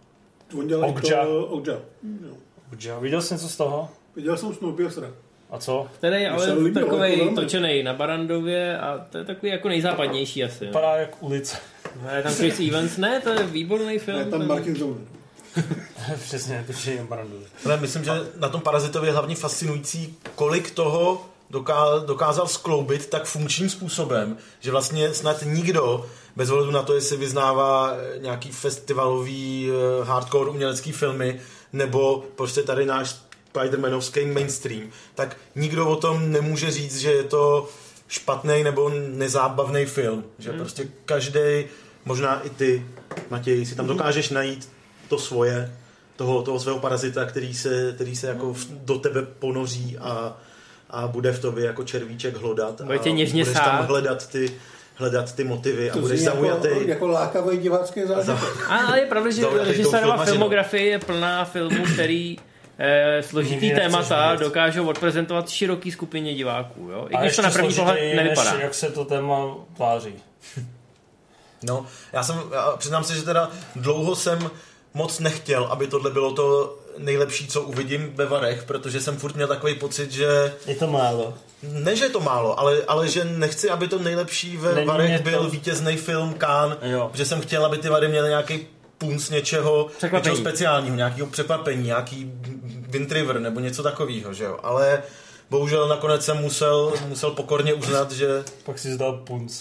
Okja. Viděl jsi něco z toho? Viděl jsem Snowpiercera. A co? Ten je ale takovej točenej na Barandově a to je takový jako nejzápadnější asi. Vypadá jak ulice. Je tam Chris Evans, ne, to je výborný film. Je tam Martin Zouner. Přesně, točený na Barandově. Ale myslím, že na tom Parazitovi je hlavně fascinující, kolik toho dokázal skloubit tak funkčním způsobem, že vlastně snad nikdo, bez ohledu na to, jestli vyznává nějaký festivalový hardcore umělecký filmy, nebo prostě tady náš Spider-Manovský mainstream, tak nikdo o tom nemůže říct, že je to špatný nebo nezábavný film. Že prostě každý, možná i ty, Matěj, si tam dokážeš najít to svoje, toho svého parazita, který se jako do tebe ponoří a bude v tobě jako červíček hlodat. Bude tě něžně budeš tam hledat ty motivy to a budeš zaujatý. Jako lákavý divácký zážitek. Ale je pravda, že režisérova filmografie je plná filmů, který složitý témata dokážou odprezentovat široký skupině diváků. Jo? I když to na první pohled nevypadá. Jak se to téma tváří. No, já přiznám se, že teda dlouho jsem moc nechtěl, aby tohle bylo to nejlepší, co uvidím ve varech, protože jsem furt měl takový pocit, že... Je to málo. Ne, že je to málo, ale že nechci, aby to nejlepší ve varech byl vítězný film Cannes, že jsem chtěl, aby ty vary měly nějaký punc něčeho speciálního, nějakého překvapení, nějaký Wind River nebo něco takového, že jo. Ale bohužel nakonec jsem musel pokorně uznat, že... Pak si zdal punc.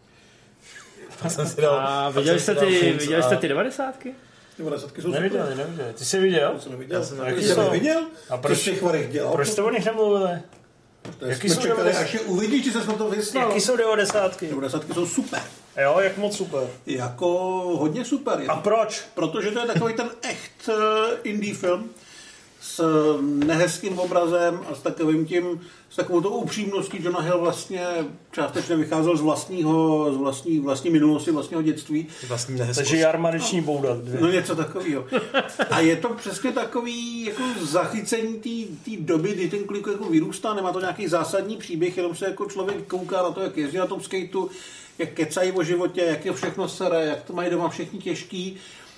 A viděli jste ty 90ky? 90ky jsou neviděli. Ty jsi viděl? Já jsem neviděl. A proč těch varech dělal? Proč jste o nich nemluvili? Jaký jsou 90? Až je uvidíš, že se jsme to vyslal. Jaký jsou 90ky? 90ky jsou super. Jo, jak moc super? Jako hodně super. A proč? Protože to je takový ten echt indie film s nehezkým obrazem a s takovou tou upřímností. Jonah Hill vlastně částečně vycházel z vlastní minulosti, vlastního dětství. Takže jarmarční bouda. No něco takového. A je to přesně takový jako zachycení té doby, kdy ten kluk jako vyrůstá, nemá to nějaký zásadní příběh, jenom se jako člověk kouká na to, jak jezdí na tom skateu, jak kecají o životě, jak je všechno sere, jak to mají doma všichni těžký.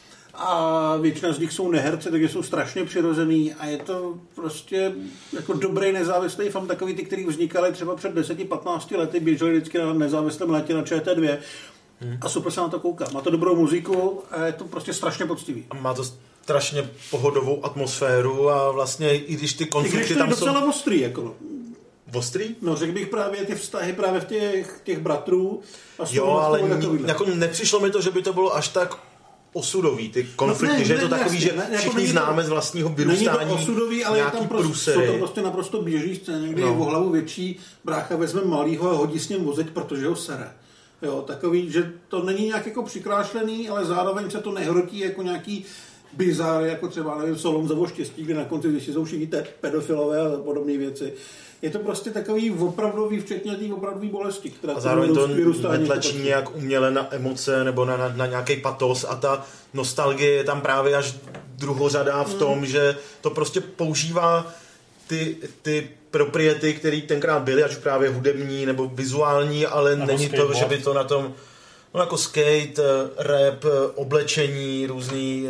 A většina z nich jsou neherci, takže jsou strašně přirozený a je to prostě jako dobrý nezávislý film, takový ty, který vznikaly třeba před 10-15 lety, běželi vždycky na nezávislém letě na ČT2 a super se na to kouká. Má to dobrou muziku a je to prostě strašně poctivý. A má to strašně pohodovou atmosféru a vlastně i když ty konflikty tam jsou... docela ostrý, jako ostrý? No, řekl bych právě ty vztahy právě v těch bratrů. A jo, ale jako nepřišlo mi to, že by to bylo až tak osudový, ty konflikty, že je to takový, že všichni známe z vlastního vyrůstání. Není to osudový, ale nějaký jsou to prostě naprosto běžný scény, kdy je o hlavu větší, brácha vezme malýho a hodí s ním vozeť, protože ho sere. Jo, takový, že to není nějak jako přikrášlený, ale zároveň se to nehrotí jako nějaký bizár, jako třeba, nevím, Solonzovo štěstí, kde na konci, když jsou všichni pedofilové a podobné věci. Je to prostě takový opravdový, včetně té opravdové bolesti, která... A zároveň to netlačí nějak uměle na emoce nebo na nějaký patos a ta nostalgie je tam právě až druhořadá v tom, že to prostě používá ty propriety, které tenkrát byly, ať už právě hudební nebo vizuální, ale nebo není to, že by to na tom... No jako skate, rap, oblečení, různý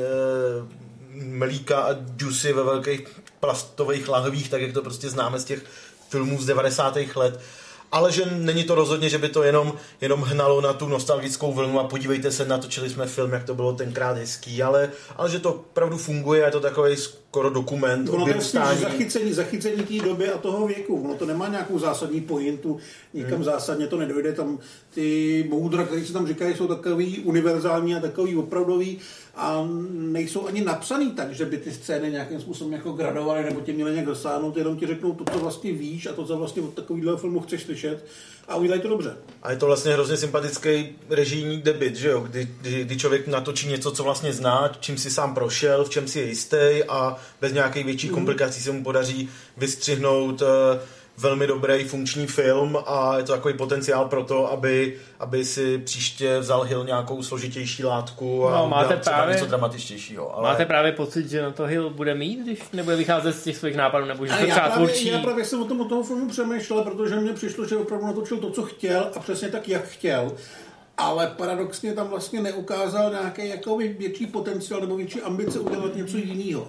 mlíka a džusy ve velkých plastových lahvích, tak jak to prostě známe z těch filmů z 90. let. Ale že není to rozhodně, že by to jenom hnalo na tu nostalgickou vlnu a podívejte se, natočili jsme film, jak to bylo tenkrát hezký, ale že to opravdu funguje, je to takový skoro dokument o vyrůstání. Zachycení té doby a toho věku. Ono to nemá nějakou zásadní pointu, nikam zásadně to nedojde. Tam ty moudra, které se tam říkají, jsou takový univerzální a takový opravdový a nejsou ani napsaný tak, že by ty scény nějakým způsobem jako gradovaly nebo tě měly nějak dosáhnout, jenom ti řeknou to, co vlastně víš a to, co vlastně od takového filmu chceš slyšet a udělají to dobře. A je to vlastně hrozně sympatický režijní debut, že jo? Kdy člověk natočí něco, co vlastně zná, čím si sám prošel, v čem si je jistý a bez nějakých větších komplikací se mu podaří vystřihnout velmi dobrý funkční film a je to takový potenciál pro to, aby si příště vzal Hill nějakou složitější látku a máte třeba právě něco dramatičtějšího. Ale... Máte právě pocit, že na to Hill bude mít, když nebude vycházet z těch svých nápadů, nebo že to třeba tvůrčí? Já právě jsem o toho filmu přemýšlel, protože mně přišlo, že opravdu natočil to, co chtěl a přesně tak, jak chtěl. Ale paradoxně tam vlastně neukázal nějaký jako větší potenciál nebo větší ambice udělat něco jiného.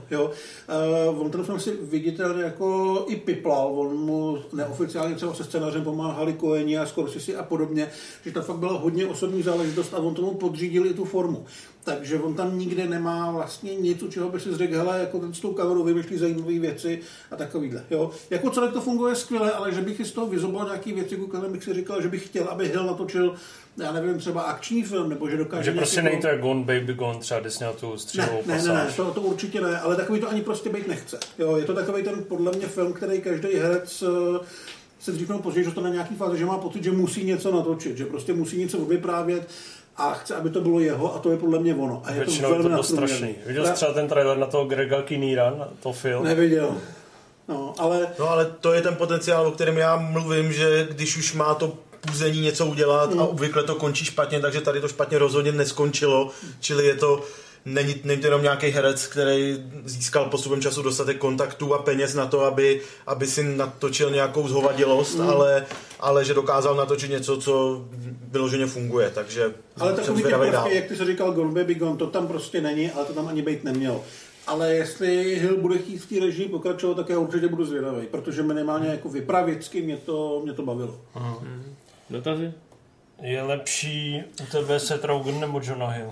On ten film si viditelně jako i piplal, on mu neoficiálně třeba se scénářem pomáhali Coeni a Scorsese a podobně, že to fakt byla hodně osobní záležitost a on tomu podřídil i tu formu. Takže on tam nikde nemá vlastně nic, čeho by si řekl, hele, jako ten s tou kamerou vymýšlí zajímavé věci a takovýhle. Jo? Jako celé to funguje skvěle, ale že bych z toho vyzobal nějaký věci, kterým bych si říkal, že bych chtěl, aby Hill natočil, já nevím, třeba akční film, nebo že dokáže... Že prostě není to jak Gone Baby Gone, třeba když měl tu střihovou pasáž. Ne, to určitě ne, ale takový to ani prostě být nechce. Jo? Je to takový ten, podle mě, film, který každý herec se dřív nebo později, že to na nějaký fázi, že má pocit, že musí něco natočit, že prostě musí něco vyprávět a chce, aby to bylo jeho a to je podle mě ono. A je většinou to velmi to strašný. Viděl jsi třeba ten trailer na toho Grega Kinneara, na to film? Neviděl. No, ale to je ten potenciál, o kterém já mluvím, že když už má to půzení něco udělat a obvykle to končí špatně, takže tady to špatně rozhodně neskončilo, čili je to není to jenom nějaký herec, který získal postupem času dostatek kontaktů a peněz na to, aby si natočil nějakou zhovadilost, ale že dokázal natočit něco, co vyloženě funguje, takže ale takový ty prvky, jak ty jsi říkal, Gone Baby Gone, to tam prostě není, ale to tam ani být nemělo. Ale jestli Hill bude chtít v té režii pokračovat, tak já určitě budu zvědavý, protože minimálně jako vypravěcky mě to bavilo. Dotazy? Je lepší u tebe Seth Rogen nebo Jonah Hill?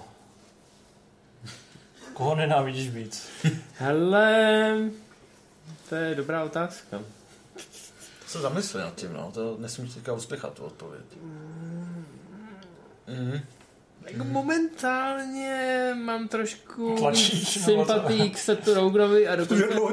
Koho nenávidíš víc? Hele, to je dobrá otázka. To se zamyslí nad tím, no. To nesmíš teďka uspěchat, tu odpověď. Jako momentálně mám trošku sympatii k Sethu Rogenovi a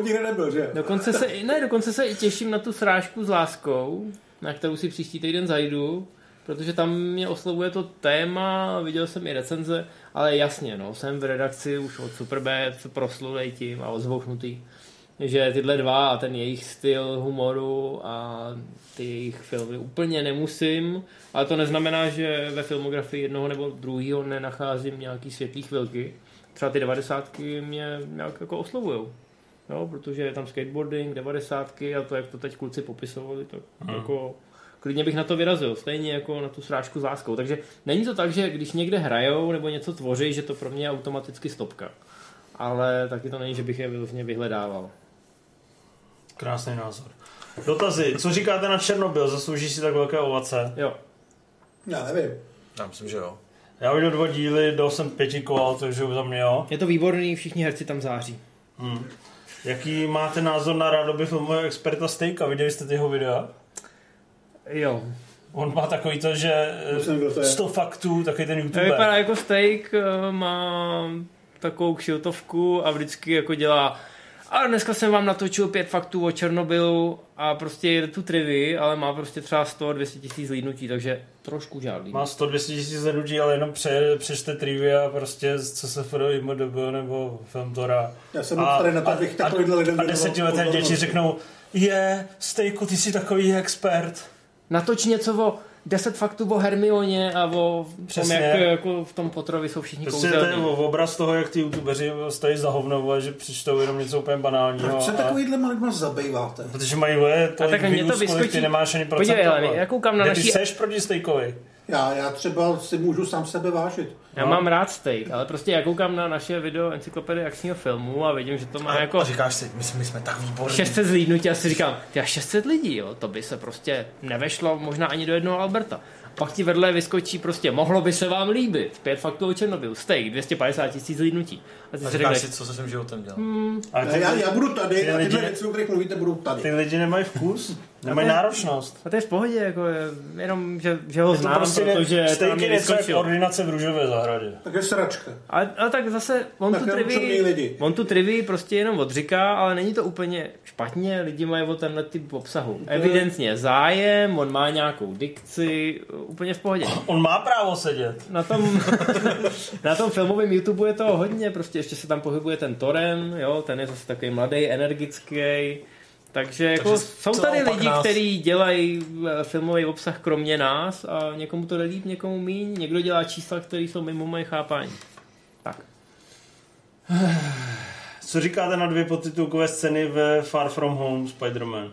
dokonce se i těším na tu srážku s láskou, na kterou si příští týden zajdu, protože tam mě oslovuje to téma, viděl jsem i recenze, ale jasně, no, jsem v redakci už od Superbad, proslulej tím a odzvouchnutý. že tyhle dva a ten jejich styl humoru a ty jejich filmy úplně nemusím, ale to neznamená, že ve filmografii jednoho nebo druhého nenacházím nějaký světlý chvilky. Třeba ty 90ky mě nějak jako oslovujou. Jo, protože je tam skateboarding, 90ky a to, jak to teď kluci popisovali, tak jako klidně bych na to vyrazil, stejně jako na tu srážku s láskou. Takže není to tak, že když někde hrajou nebo něco tvoří, že to pro mě je automaticky stopka. Ale taky to není, že bych je vyloženě vyhledával. Krásný názor. Dotazy. Co říkáte na Černobyl? Zaslouží si tak velké ovace? Jo. Já nevím. Já myslím, že jo. Já viděl 2 díly, dal jsem 5 kol, takže za mě jo. Je to výborný, všichni herci tam září. Jaký máte názor na rádoby filmového experta Stejka? Viděli jste jeho videa? Jo. On má takový to, že 100 faktů, takový ten YouTuber. To vypadá jako Steak, má takovou kšiltovku a vždycky jako dělá a dneska jsem vám natočil 5 faktů o Černobylu a prostě jede tu trivii, ale má prostě třeba 100-200 tisíc zlídnutí, takže trošku žádný. Má 100-200 tisíc zlídnutí, ale jenom přečte trivia prostě z CSFD, IMDb nebo Filmtora. Já jsem tady na to, abych takovýhle lidem a 10leté děti řeknou, Stejku, ty jsi takový expert. Natoč něco o 10 faktů o Hermioně a o tom, jak jako v tom Potrovi jsou všichni kouzelní. Prostě to je obraz toho, jak ty youtubeři stojí za hovno, že přečtou jenom něco úplně banálního. Proč se takovýhle lidma zabýváte? Protože mají tolik views, kolik ty nemáš ani procent. Podívej, já koukám na naší... Ty seš proti Stejkovi. Já třeba si můžu sám sebe vážit. Já mám rád Steak, ale prostě já koukám na naše video encyklopedie akčního filmu a vidím, že to má jako... A říkáš si, my jsme tak výborní. 600 zlídnutí a si říkám, 600 lidí, jo, to by se prostě nevešlo možná ani do jednoho Alberta. Pak ti vedle vyskočí prostě, mohlo by se vám líbit, 5 faktů o Černobylu, Steak, 250 tisíc zlídnutí. A říkáš si, co se svým životem dělal. Já budu tady a tyhle věci, o kterých mluvíte, budou tady. Ty lidi nemají vkus, nemají náročnost. A to je v pohodě, jako jenom, že ho znám, prostě protože Steak je něco jak ordinace v Růžové zahradě. Tak je sračka. A tak zase, on tu trivii prostě jenom odříká, ale není to úplně špatně, lidi mají o tenhle typ obsahu. Evidentně zájem, on má nějakou dikci, úplně v pohodě. On má právo sedět. Na tom filmovém YouTube je to hodně, prostě ještě se tam pohybuje ten Toren, jo, ten je zase takový mladý, energický. Takže jako jsou tady lidi, kteří dělají filmový obsah kromě nás a někomu to jde líp, někomu míň. Někdo dělá čísla, které jsou mimo moje chápání. Tak. Co říkáte na 2 podtitulkové scény ve Far From Home Spider-Man?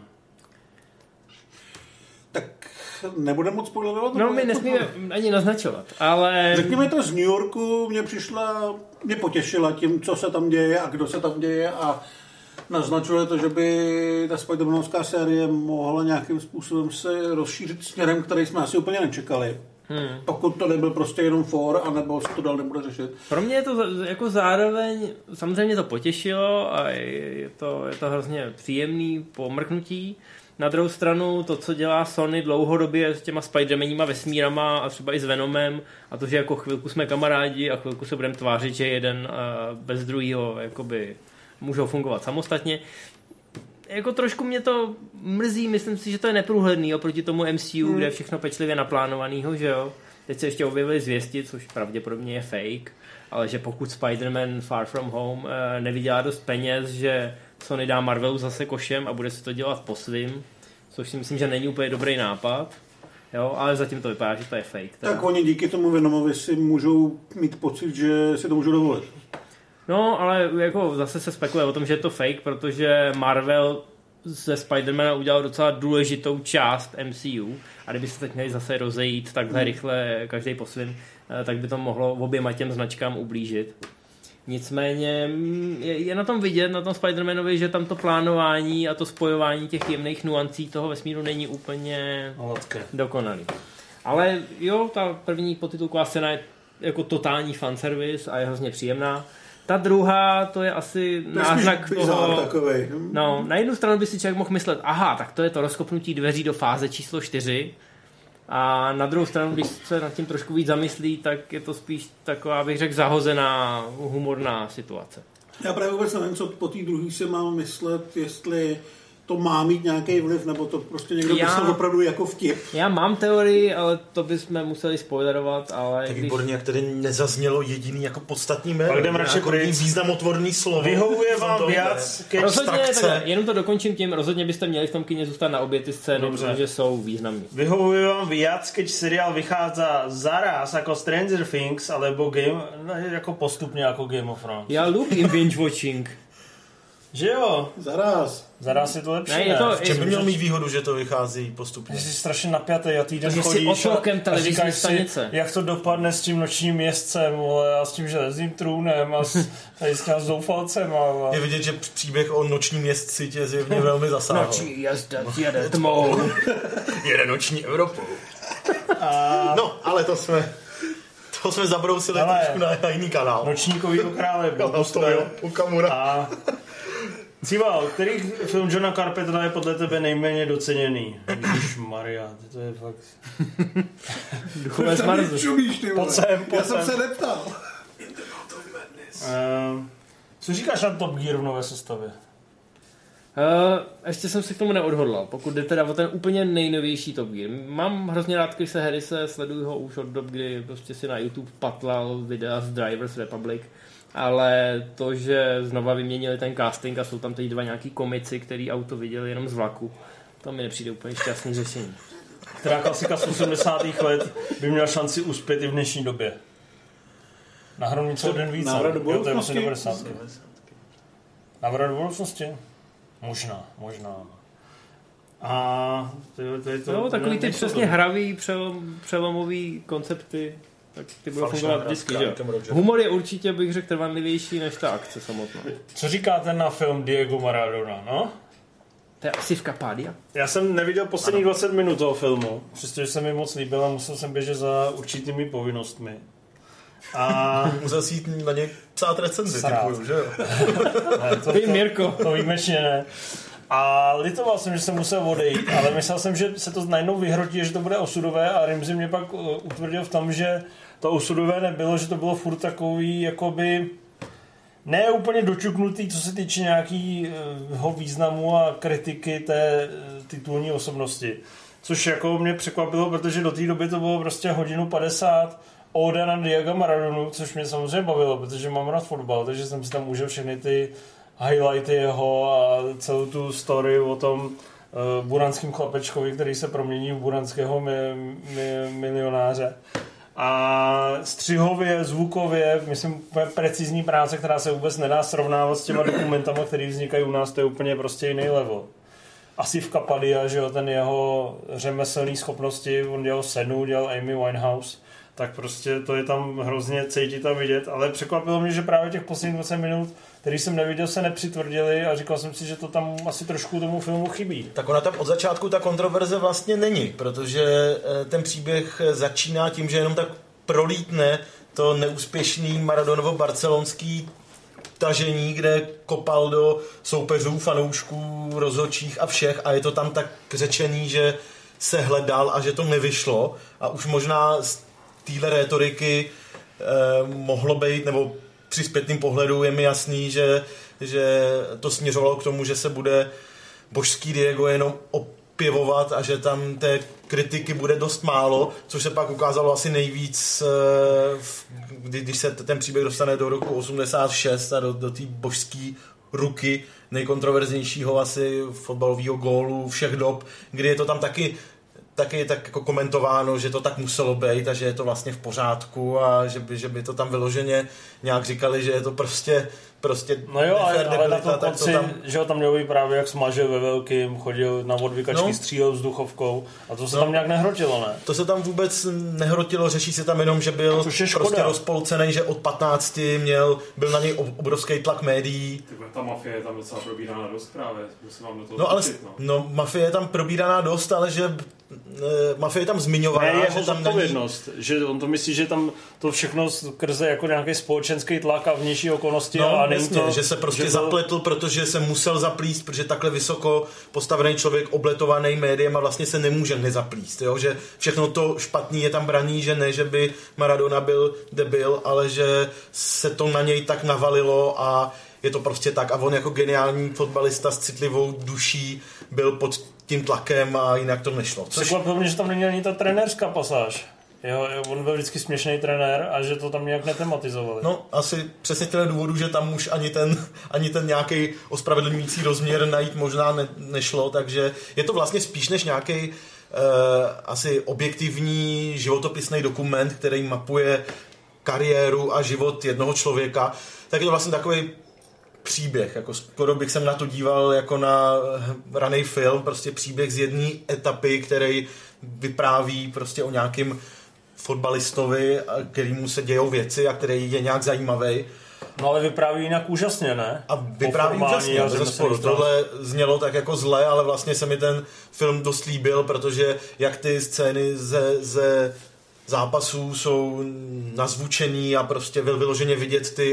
Tak nebude moc spoilerovat? No, my nesmíme ani naznačovat, ale... Řekněme to z New Yorku, mě potěšila tím, co se tam děje a kdo se tam děje a naznačuje to, že by ta Spider-Manovská série mohla nějakým způsobem se rozšířit směrem, který jsme asi úplně nečekali. Pokud to nebyl prostě jenom for, anebo se to dál nebude řešit. Pro mě je to jako zároveň, samozřejmě to potěšilo a je to hrozně příjemný pomrknutí. Na druhou stranu to, co dělá Sony dlouhodobě s těma Spider-Manníma vesmírama a třeba i s Venomem a to, že jako chvilku jsme kamarádi a chvilku se budeme tvářit, že jeden bez druhýho jakoby můžou fungovat samostatně. Jako trošku mě to mrzí, myslím si, že to je neprůhledný oproti tomu MCU, kde je všechno pečlivě naplánovanýho, že jo. Teď se ještě objevily zvěsti, což pravděpodobně je fake, ale že pokud Spider-Man Far From Home nevydělá dost peněz, že Sony dá Marvelu zase košem a bude se to dělat po svým, což si myslím, že není úplně dobrý nápad. Jo, ale zatím to vypadá, že to je fake. Tak oni díky tomu Venomovi si můžou mít pocit, že si to můžou dovolit. No, ale jako zase se spekuluje o tom, že je to fake, protože Marvel ze Spider-Mana udělal docela důležitou část MCU a kdyby se teď měli zase rozejít takhle rychle každý po svým, tak by to mohlo oběma těm značkám ublížit. Nicméně je na tom vidět, na tom Spider-Manovi, že tam to plánování a to spojování těch jemných nuancí toho vesmíru není úplně dokonalý. Ale jo, ta první podtitulková scéna je jako totální fanservice a je hrozně příjemná. Ta druhá, to je asi náznak toho... Takovej. No, na jednu stranu by si člověk mohl myslet, aha, tak to je to rozkopnutí dveří do fáze číslo 4. A na druhou stranu, když se nad tím trošku víc zamyslí, tak je to spíš taková, bych řekl, zahozená, humorná situace. Já právě vůbec nevím, co po té druhé si mám myslet, jestli to má mít nějaký vliv, nebo to prostě někdo myslel opravdu jako vtip. Já mám teorii, ale to bychom museli spoilerovat, ale... Tak výborně, jak tady nezaznělo jediný jako podstatný jméno. Pak jdem radši významotvorný slovo. Vyhovuje vám víc rozhodně, jenom to dokončím tím, rozhodně byste měli v tom kině zůstat na obě ty scény, protože jsou významný. Vyhovuje vám víc, keď seriál vychádza zaraz jako Stranger Things, alebo jako postupně jako Game of Thrones. Já lubím binge watching. Že jo? Zaraz je to lepší, ne? V čem by měl mít výhodu, že to vychází postupně? Jsi strašně napjatý a týden chodíš a říkáš si, jak to dopadne s tím nočním jezdcem a s tím železným trůnem a s tím zoufalcem. Je vidět, že příběh o nočním jezdci tě zjevně velmi zasáhl. Noční jezdec jede tmou. Jede noční Evropou. No, ale to jsme zabrousili trošku na jiný kanál. Nočníkovýho krále. A Cival, který film Johna Carpentera je podle tebe nejméně doceněný? Ježišmarja, to je fakt... Duchové zmarzu. Pojď sem. Já jsem se neptal. Co říkáš na Top Gear v nové sestavě? Ještě jsem se k tomu neodhodlal, pokud jde teda o ten úplně nejnovější Top Gear. Mám hrozně rád Chrisa Harrise, sleduju ho už od dob, kdy prostě si na YouTube patlal videa z Drivers Republic, ale to, že znova vyměnili ten casting a jsou tam teď dva nějaký komici, který auto viděli jenom z vlaku, to mi nepřijde úplně šťastný řešení. Která klasika z 80. let by měla šanci uspět i v dnešní době? Nahrou něco den víc. Návrat do budoucnosti? Návrat do budoucnosti? Možná. A to je to... No, takový ty přesně hravý, přelomový koncepty, tak ty budou fungovat vždycky, že? Humor je určitě, bych řekl, trvanlivější než ta akce samotná. Co říkáte na film Diego Maradona, no? To je asi v Kapádia? Já jsem neviděl posledních 20 minut toho filmu, přestože se mi moc líbil a musel jsem běžet za určitými povinnostmi. A musel si jít na ně psát recenzi, typuju, že jo? Ty, Mirko. To výjimečně ne. A litoval jsem, že jsem musel odejít, ale myslel jsem, že se to najednou vyhrotí, že to bude osudové a Rimzi mě pak utvrdil v tom, že to osudové nebylo, že to bylo furt takový, jakoby ne úplně dočuknutý, co se týče nějakého významu a kritiky té titulní osobnosti. Což jako mě překvapilo, protože do té doby to bylo prostě 1:50 óda na Diego Maradonu, což mě samozřejmě bavilo, protože mám rád fotbal, takže jsem si tam užil všechny ty highlighty jeho a celou tu story o tom buranském chlapečkovi, který se promění v buranského milionáře. A střihově, zvukově, myslím, precizní práce, která se vůbec nedá srovnávat s těma dokumentama, které vznikají u nás, to je úplně prostě jiný level. Asi v Kapadia, že jo, ten jeho řemeslný schopnosti, on dělal Senu, dělal Amy Winehouse, tak prostě to je tam hrozně cítit a vidět, ale překvapilo mě, že právě těch posledních 20 minut, který jsem neviděl, se nepřitvrdili a říkal jsem si, že to tam asi trošku tomu filmu chybí. Tak ona tam od začátku ta kontroverze vlastně není, protože ten příběh začíná tím, že jenom tak prolítne to neúspěšný Maradonovo barcelonský tažení, kde kopal do soupeřů, fanoušků, rozhodčích a všech a je to tam tak řečený, že se hledal a že to nevyšlo a už možná z téhle rétoriky mohlo být, nebo při zpětným pohledu je mi jasný, že to směřovalo k tomu, že se bude božský Diego jenom opěvovat a že tam té kritiky bude dost málo, což se pak ukázalo asi nejvíc, když se ten příběh dostane do roku 86 a do té božské ruky nejkontroverznějšího asi fotbalového gólu všech dob, kdy je to tam taky tak jako komentováno, že to tak muselo být a že je to vlastně v pořádku a že by to tam vyloženě nějak říkali, že je to prostě no jo, ale na tom konci, že ho tam měl být právě jak smažil ve velkým, chodil na odvykačky, střílel vzduchovkou a to se tam nějak nehrotilo, ne? To se tam vůbec nehrotilo, řeší se tam jenom, že byl prostě rozpolcený, že od 15 byl na něj obrovský tlak médií. Ta mafie je tam docela probíraná dost právě, musím vám do toho no, ale mafie je tam probíraná dost, ale že mafie je tam zmiňovaná. Ne, jeho zodpovědnost, že on to myslí, že tam to všechno skrze jako nějaký společenský tlak a vnější okolnosti. No, jasně, že se prostě zapletl, protože se musel zaplíst, protože takhle vysoko postavený člověk obletovaný médiem a vlastně se nemůže nezaplíst. Jo? Že všechno to špatný je tam braní, že ne, že by Maradona byl debil, ale že se to na něj tak navalilo a je to prostě tak a on jako geniální fotbalista s citlivou duší byl pod tím tlakem a jinak to nešlo. Překvapilo mě, že tam není ani ta trenérská pasáž. Jo, on byl vždycky směšný trenér a že to tam nějak netematizovali. No, asi přesně těle důvodu, že tam už ani ten nějaký ospravedlňující rozměr najít možná nešlo, takže je to vlastně spíš než nějaký asi objektivní životopisný dokument, který mapuje kariéru a život jednoho člověka, tak je to vlastně takový příběh, jako skoro bych se na to díval jako na raný film, prostě příběh z jedné etapy, který vypráví prostě o nějakým fotbalistovi, kterýmu se dějou věci a který je nějak zajímavý. No ale vypráví jinak úžasně, ne? A vypráví úžasně, tohle znělo tak jako zle, ale vlastně se mi ten film dost líbil, protože jak ty scény ze zápasů jsou nazvučený a prostě vyloženě vidět ty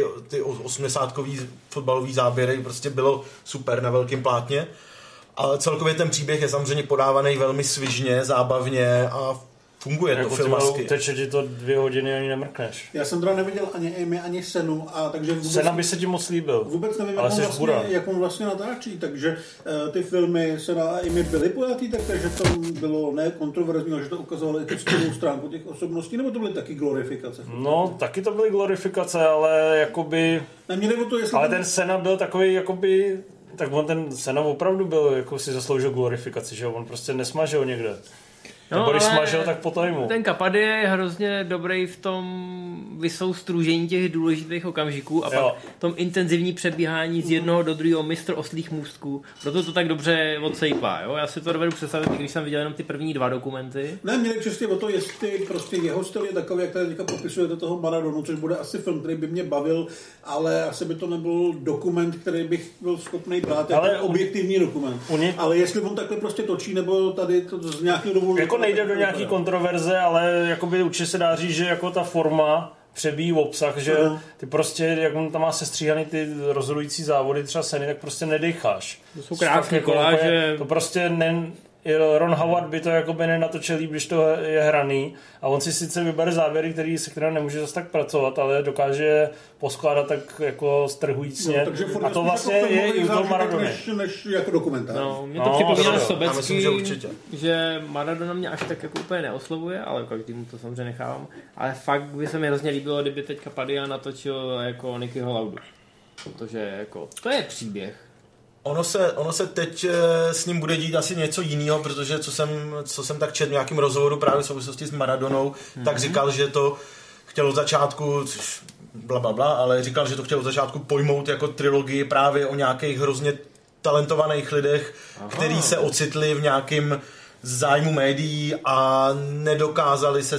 80kový fotbalový záběry, prostě bylo super na velkém plátně. Ale celkově ten příběh je samozřejmě podávaný velmi svižně, zábavně a funguje jako to filmarsky. Teče ti to 2 hodiny ani nemrkneš. Já jsem teda neviděl ani Amy, ani Senu, a takže vůbec... Sena by se ti moc líbil. Vůbec nevím, jak on vlastně natáčí, takže ty filmy Sena a Amy byly pojatý, takže to bylo nekontroverzní, že to ukazovalo i tu stejnou stránku těch osobností, nebo to byly taky glorifikace? No, taky to byly glorifikace, ale jakoby... Ale ten Sena byl takový, jakoby... Tak on ten Sena opravdu byl, jako si zasloužil glorifikaci, že on prostě nesmažil někde. No, když smažil, tak po tajmu. Ten Capadia je hrozně dobrý v tom vysoustružení těch důležitých okamžiků a pak tom intenzivní přebíhání z jednoho do druhého mistr oslých můstků. Proto to tak dobře odsejpá. Jo? Já si to dovedu představit, když jsem viděl jenom ty první 2 dokumenty. Ne, mě čistě o to, jestli prostě jeho styl je takový, jak tady teďka popisujete toho Maradonu, což bude asi film, který by mě bavil, ale asi by to nebyl dokument, který bych byl schopný brát jako objektivní dokument. Ale jestli on takhle prostě točí, nebo tady to z nějakého důvodu jako nejde do nějaký kontroverze, ale jakoby určitě se dá říct, že jako ta forma přebíjí obsah, že ty prostě, jak on tam má sestříhaný ty rozhodující závody, třeba Seny, tak prostě nedecháš. To jsou krásné koláže. To prostě Ron Howard by to jakoby nenatočil líp, když to je hraný a on si sice vybere záběry, se kterým nemůže zase tak pracovat, ale dokáže poskládat tak jako strhujícně. No, a to vlastně jako je i u toho Maradony. Než jako dokumentár. No, mě to připomíná sobecky, že Maradona mě až tak jako úplně neoslovuje, ale každému to samozřejmě nechávám. Ale fakt by se mi hrozně líbilo, kdyby teďka Padilla natočil jako Nickyho Laudu. Protože jako, to je příběh. Ono se teď s ním bude dít asi něco jiného, protože co jsem tak četl v nějakém rozhovoru právě v souvislosti s Maradonou, tak říkal, že to chtěl od začátku, blablabla, ale říkal, že to chtěl od začátku pojmout jako trilogii právě o nějakých hrozně talentovaných lidech, kteří se ocitli v nějakém zájmu médií a nedokázali se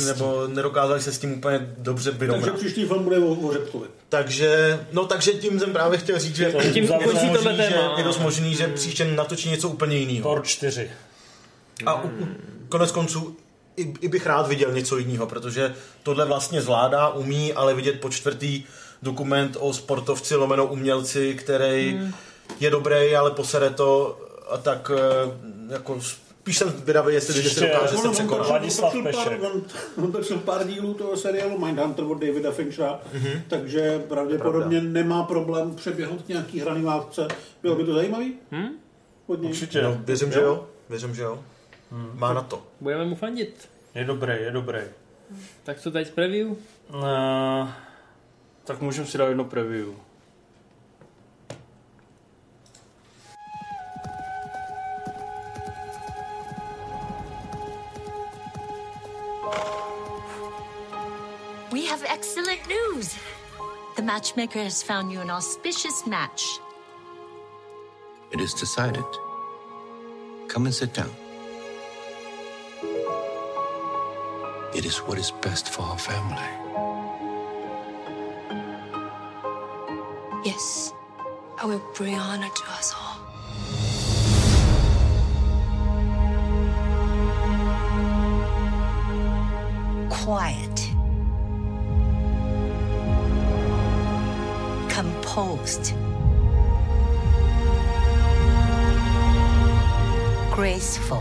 s tím úplně dobře vyrovnat. Takže příští film bude o Řepkovi. Takže tím jsem právě chtěl říct, že je dost možný, že příště natočí něco úplně jiného. Thor 4. A konec konců i bych rád viděl něco jiného, protože tohle vlastně zvládá, umí, ale vidět po 4. dokument o sportovci lomeno umělci, který je dobrý, ale posere to a tak jako spíš jsem vydavý, jestli se dokáže se překonat. On točil pár dílů toho seriálu Mindhunter od Davida Finchera, takže pravděpodobně nemá problém přeběhnout nějaký hraný látce. Bylo by to zajímavý? Určitě. No, věřím, že jo. Má na to. Budeme mu fandit. Je dobrý. Tak co teď preview? Tak můžeme si dát jedno preview. We have excellent news. The matchmaker has found you an auspicious match. It is decided. Come and sit down. It is what is best for our family. Yes, I will bring honor to us all. Quiet. Composed. Graceful.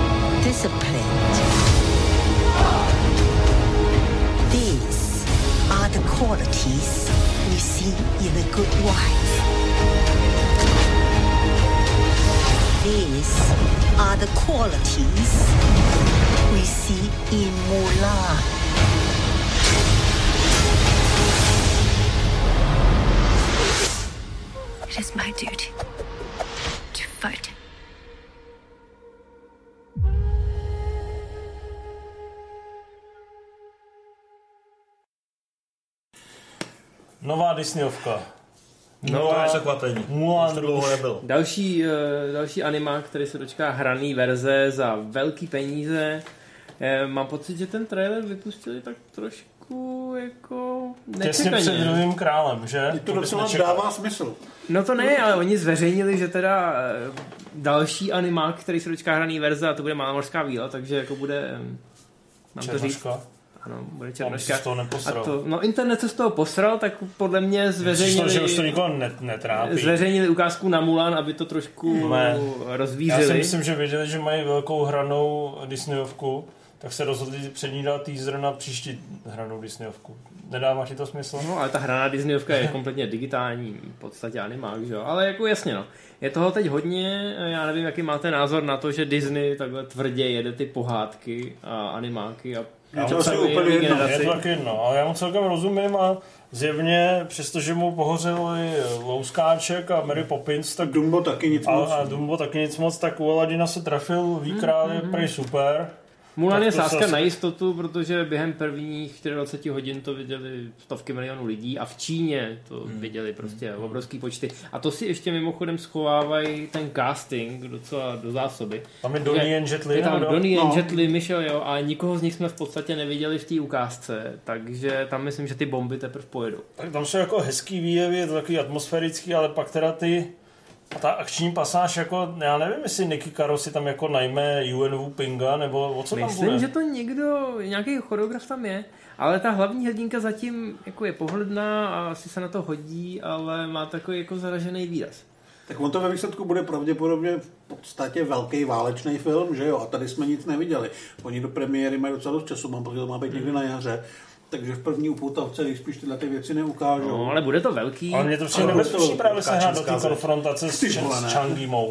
Disciplined. These qualities we see in a good wife. These are the qualities we see in Mulan. It is my duty to fight. Nová Disneyovka. Nové překvapení. Mulan to dlouho nebylo. Další animák, který se dočká hraný verze za velký peníze. Mám pocit, že ten trailer vypustili tak trošku jako těsně před Druhým králem, že? To docela dává smysl. No to ne, ale oni zveřejnili, že teda další animák, který se dočká hraný verze, a to bude Mámořská víla, takže jako bude... Černoška. Ano, bude Černoška. On se z toho neposral. No internet se z toho posral, tak podle mě zveřejnili... Že už to nikoho netrápí. Zveřejnili ukázku na Mulan, aby to trošku rozvířili. Já si myslím, že věděli, že mají velkou hranou Disneyovku, tak se rozhodli před ní dát teaser na příští hranou Disneyovku. Nedává ti to smysl? No, ale ta hraná Disneyovka je kompletně digitální, v podstatě animák, že jo? Ale jako jasně, no. Je toho teď hodně, já nevím, jaký máte názor na to, že Disney takhle tvrdě jede ty pohádky a animáky a je to taky jedno, ale já mu celkem rozumím a zjevně, přestože mu pohořeli Louskáček a Mary Poppins, tak Dumbo taky nic moc. A Dumbo taky nic moc, tak u Aladina se trafil, Výkrál je prej super. Mulan je sázka na jistotu, protože během prvních 24 hodin to viděli stovky milionů lidí a v Číně to viděli prostě obrovský počty. A to si ještě mimochodem schovávají ten casting docela do zásoby. Tam je Donnie and Jet Li. Je tam Donnie and Jet Li, Michel, jo, a nikoho z nich jsme v podstatě neviděli v té ukázce, takže tam myslím, že ty bomby teprve pojedou. Tak tam jsou jako hezký výjevy, je to takový atmosférický, ale pak teda a ta akční pasáž, jako, já nevím, jestli Nicky Caro si tam jako najme Yuen Wu Pinga, nebo o co tam bude? Myslím, že to nějaký choreograf tam je, ale ta hlavní hrdinka zatím jako je pohledná a asi se na to hodí, ale má takový jako zaražený výraz. Tak on to ve výsledku bude pravděpodobně v podstatě velký válečný film, že jo? A tady jsme nic neviděli. Oni do premiéry mají docela dost času, mám protože to má být někdy na jaře. Takže v první upoutavce nejspíš tyhle ty věci neukážou. No, ale bude to velký. Ale mě to přijde nebezpečí právě se hrát do té konfrontace s Changimou.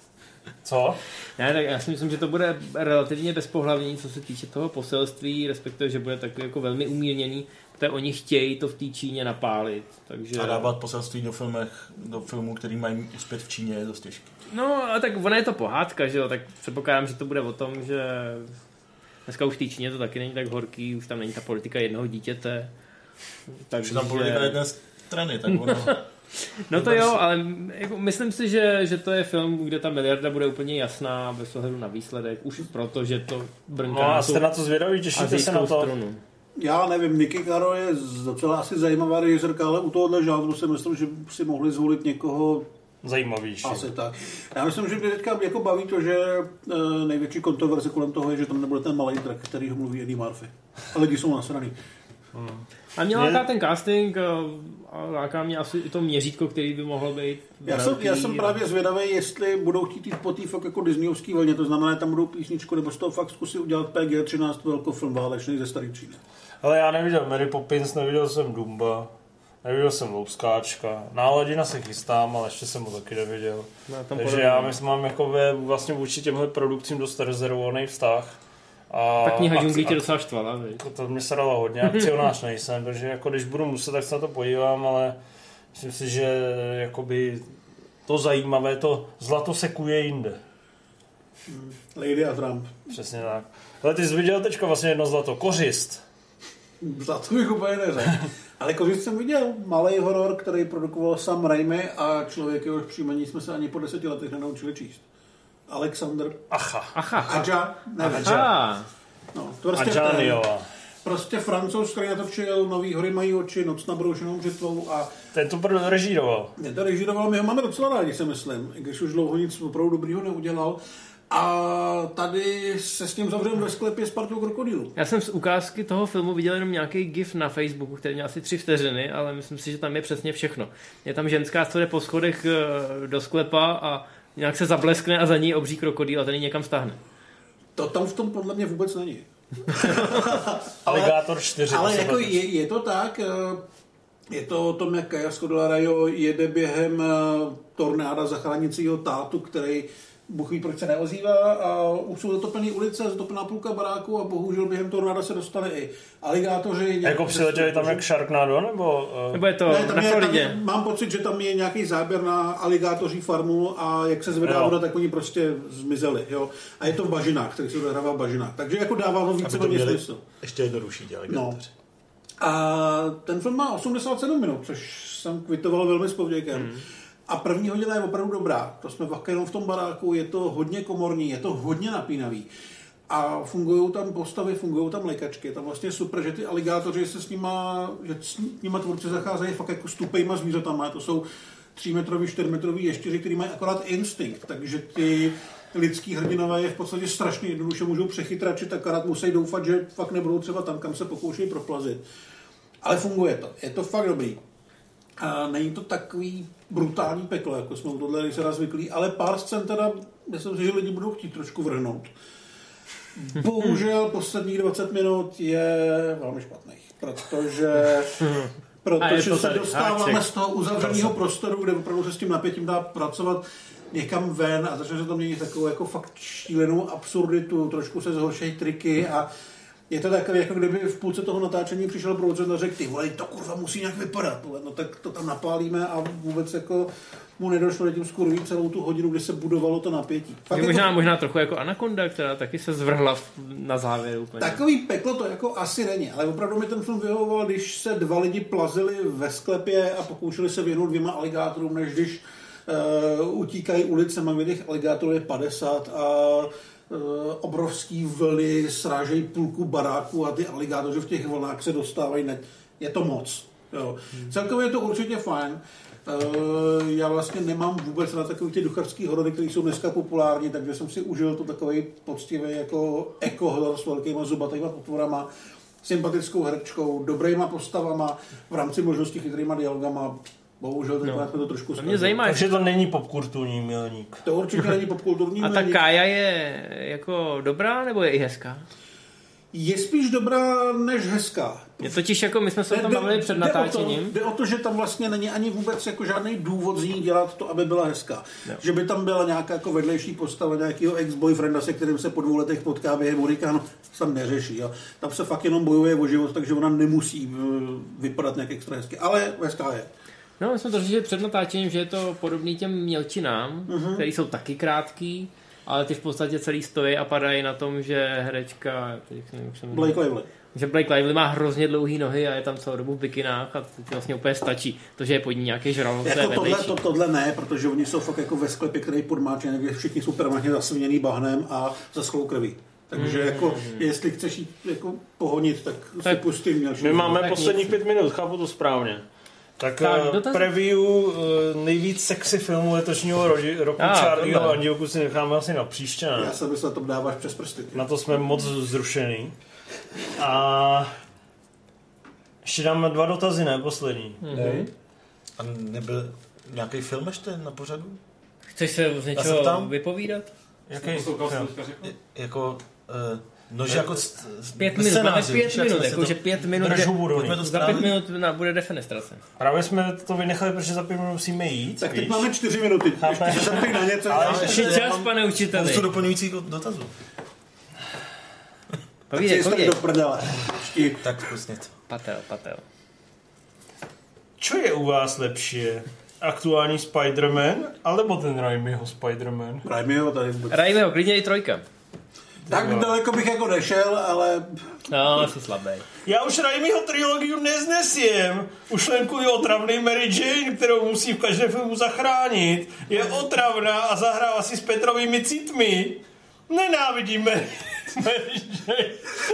Co? Ne, tak já si myslím, že to bude relativně bezpohlavní, co se týče toho poselství, respektive, že bude takový jako velmi umírněný, protože oni chtějí to v té Číně napálit. Takže... A dávat poselství do filmů, který mají uspět v Číně, je dost těžké. No, a tak ona je to pohádka, že jo, tak předpokládám, že to bude o tom, že dneska už v té Číně to taky není tak horký, už tam není ta politika jednoho dítěte. Takže tam politika jedné strany, tak ono... No to jo, ale jako myslím si, že to je film, kde ta miliarda bude úplně jasná bez ohledu na výsledek, už proto, že to brnká. No a jste na to zvědaví, těšíte se na to? Strunu. Já nevím, Nicky Caro je docela asi zajímavá režisérka, ale u tohohle žánru si myslím, že si mohli zvolit někoho zajímavější. Asi tak. Já myslím, že mě teďka jako baví to, že největší kontroverze kolem toho je, že tam nebude ten malý drak, který ho mluví Eddie Murphy. A lidi jsou nasraný. A mě láká ten casting a láká mě asi i to měřítko, který by mohlo být já jsem právě zvědavý, jestli budou chtít jít po té fakt jako disneyovský vlně, to znamená, že tam budou písničku, nebo z toho fakt zkusit udělat PG-13 velkofilm válečný ze starý Číny. Ale já neviděl Mary Poppins, neviděl jsem Dumba, neviděl jsem Louskáčka, na Aladina se chystám, ale ještě jsem ho taky neviděl. No, takže já mám jako vlastně vůči těmhle produkcím dost rezervovaný vztah. Ta kniha džunglí tě docela štvala, to mě se dalo hodně, akcionář nejsem, takže jako když budu muset, tak se na to podívám, ale myslím si, že jakoby to zajímavé, to zlato sekuje jinde. Lady a Trump. Přesně tak. Ale ty jsi viděl teďka vlastně jedno zlato, Kořist. Zlato bych úplně neřekl. Ale Kořist jsem viděl, malý horor, který produkoval Sam Raimi a člověk, jehož příjmení jsme se ani po 10 letech nenaučili číst. Alexander Aja. No, prostě Francouz, který natočil Nový hory mají oči, Noc na broušenou břitvou a... Ten to režíroval. My ho máme docela rádi, si myslím, i když už dlouho nic opravdu dobrýho neudělal. A tady se s ním zavřel ve sklepě s partou krokodýlů. Já jsem z ukázky toho filmu viděl jenom nějaký gif na Facebooku, který měl asi 3 vteřiny, ale myslím si, že tam je přesně všechno. Je tam ženská, co jde po schodech do sklepa a nějak se zableskne a za ní obří krokodýl a ten ji někam stáhne. To tam v tom podle mě vůbec není. Aligátor 4. Ale jako je to tak, Je to o tom, jak Kaya Scodella jede během tornáda zachránícího tátu, který Bůh ví, proč se neozývá a už jsou zatopené ulice, zatopená půlka baráku a bohužel během tornáda se dostali i aligátoři. Jako přiletěli tam jak Sharknado, nebo je to ne, na Floridě? Mám pocit, že tam je nějaký záběr na aligátoří farmu a jak se zvedá voda, tak oni prostě zmizeli. Jo? A je to v bažinách, který se odehrává v bažinách. Takže jako dává to více do smysl. Ještě jednodušší ti aligátoři. No. A ten film má 87 minut, což jsem kvitoval velmi s povděkem. A první hodina je opravdu dobrá. To jsme pak jenom v tom baráku, je to hodně komorní, je to hodně napínavý. A fungují tam postavy, fungují tam lékačky. Tam vlastně super, že ty aligátoři se s nima tvůrci zacházejí fakt jako s tupejma zvířatama. To jsou 3metrový, 4metrový ještěři, který mají akorát instinkt. Takže ty lidský hrdinové je v podstatě strašně jednoduše můžou přechytračit, akorát musí doufat, že fakt nebudou třeba tam, kam se pokoušejí proplazit. Ale funguje to. Je to fakt dobrý. A není to takový brutální peklo, jako jsme tohle se zvyklí, ale pár scén teda, myslím si, že lidi budou chtít trošku vrhnout. Bohužel posledních 20 minut je velmi špatných, protože se dostáváme z toho uzavřeného prostoru, kde opravdu se s tím napětím dá pracovat někam ven a začne se to měnit takovou jako fakt šílenou absurditu, trošku se zhoršejí triky a je to takové, jako kdyby v půlce toho natáčení přišel producent a řekl, ty vole, to kurva musí nějak vypadat, no tak to tam napálíme a vůbec jako mu nedošlo, tím skurví celou tu hodinu, kdy se budovalo to napětí. Možná trochu jako Anaconda, která taky se zvrhla na závěr úplně. Takový peklo to jako asi není, ale opravdu mi ten film vyhovoval, když se dva lidi plazili ve sklepě a pokoušeli se věnout 2 aligátorům, než když utíkají ulicema, kde těch aligátorů je 50 a obrovský vlny srážejí půlku baráku a ty aligátoři v těch vlnách se dostávají. Je to moc. Jo. Celkově je to určitě fajn. Já vlastně nemám vůbec na takový ty ducharský horory, které jsou dneska populární, takže jsem si užil to takový poctivý jako eko-horor s velkýma zubatýma potvorama, sympatickou herečkou, dobrýma postavama, v rámci možností chytrýma dialogama. Bohužel jsme to trošku zkazili. Takže to není popkulturní milník. To určitě není popkulturní milník. A ta Kaya je jako dobrá, nebo je i hezká? Je spíš dobrá než hezká. Je totiž jako, my jsme se o tom bavili před natáčením. Jde o to, že tam vlastně není ani vůbec jako žádný důvod z ní dělat to, aby byla hezká. No. Že by tam byla nějaká jako vedlejší postava nějakého ex-boyfrienda, se kterým se po 2 letech potká během hurikánu, tam neřeší. Jo. Tam se fakt jenom bojuje o život, takže ona nemusí vypadat nějak extra hezky. Ale hezká je. No, my jsme to řešili před natáčením, že je to podobný těm mělčinám, které jsou taky krátký, ale ty v podstatě celý stojí a padají na tom, že herečka Blake Lively. Že Blake Lively má hrozně dlouhý nohy a je tam celou dobu v bikinách a to vlastně úplně stačí. To, že je pod ní nějaký žralok, to je vedlejší. Tohle ne, protože oni jsou fakt jako ve sklepě, který podmáčí, kde všichni jsou permanentně zasviněný bahnem a zaschlou krví. Takže jako, jestli chceš jít jako pohonit, tak si pustím mělčinu. My máme posledních 5 minut, chápu to správně. Tak preview nejvíc sexy filmů letošního roku Charlieho Andělku si necháme asi na příště. Ne? Já jsem myslel, to dáváš přes prsty. Na to jsme moc zrušený. A ještě dáme 2 dotazy, ne? Poslední. A nebyl nějaký film ještě na pořadu? Chceš se z něčeho vypovídat? Jaký film? Jako... Nože jako 5 minut, máme 5 minut, jakože 5 minut, za 5 minut bude defenestrace. Právě jsme to vynechali, protože za 5 minut musíme jít. Tak teď máme 4 minuty, ještě se na něco. Ale ještě čas, pane učiteli. Jsou doplňující dotazů. Povídej. Tak zkus něco. Patel. Co je u vás lepší? Aktuální Spider-Man, alebo ten Raimiho Spider-Man? Raimiho, klidně i 3. Tak daleko bych jako nešel, ale... No, asi slabý. Já už Raimiho trilogiu neznesím. Už len kvůli otravnej Mary Jane, kterou musí v každém filmu zachránit. Je otravná a zahrává si s Petrovými citmi. Nenávidím Mary Jane.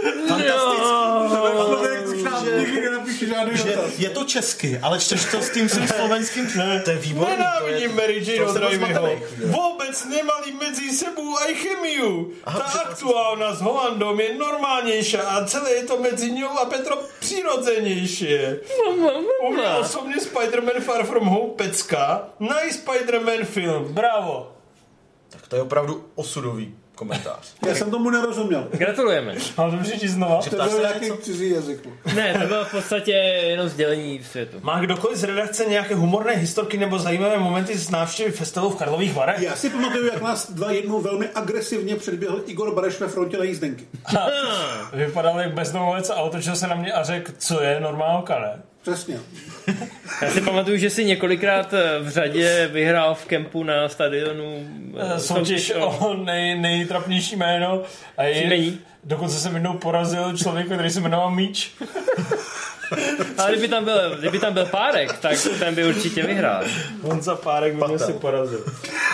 Je to česky, ale čteš to s tím slovenským. To je výborný. Nenávidím Mary Jane od Raimiho. Vůbec nemali mezi sebou aj chemiu. Ta aktuálna s Holandom je normálnější a celé je to mezi ňou a Petro přirozenější. U mě osobně Spider-Man Far From Home pecka, Spider-Man film. Bravo. Tak to je opravdu osudový komentář. Já jsem tomu nerozuměl. Gratulujeme. Ale to můžeš znova. To byl nějaký cizí jazyk. Ne, to bylo v podstatě jenom sdělení světu. Má kdokoliv z redakce nějaké humorné historky nebo zajímavé momenty z návštěvy festivalu v Karlových Varech? Já si pamatuju, jak nás jednou velmi agresivně předběhl Igor Bareš ve frontě na jízdenky. Vypadal jak bezdomovec a otočil se na mě a řekl, co je normálka, ne? Přesně. Já si pamatuju, že si několikrát v řadě vyhrál v kempu na stadionu soutěž o nejtrapnější jméno a dokonce jsem jednou porazil člověka, který se jmenoval Míč. Ale kdyby tam byl Párek, tak ten by určitě vyhrál. Honza Párek by mě si porazil.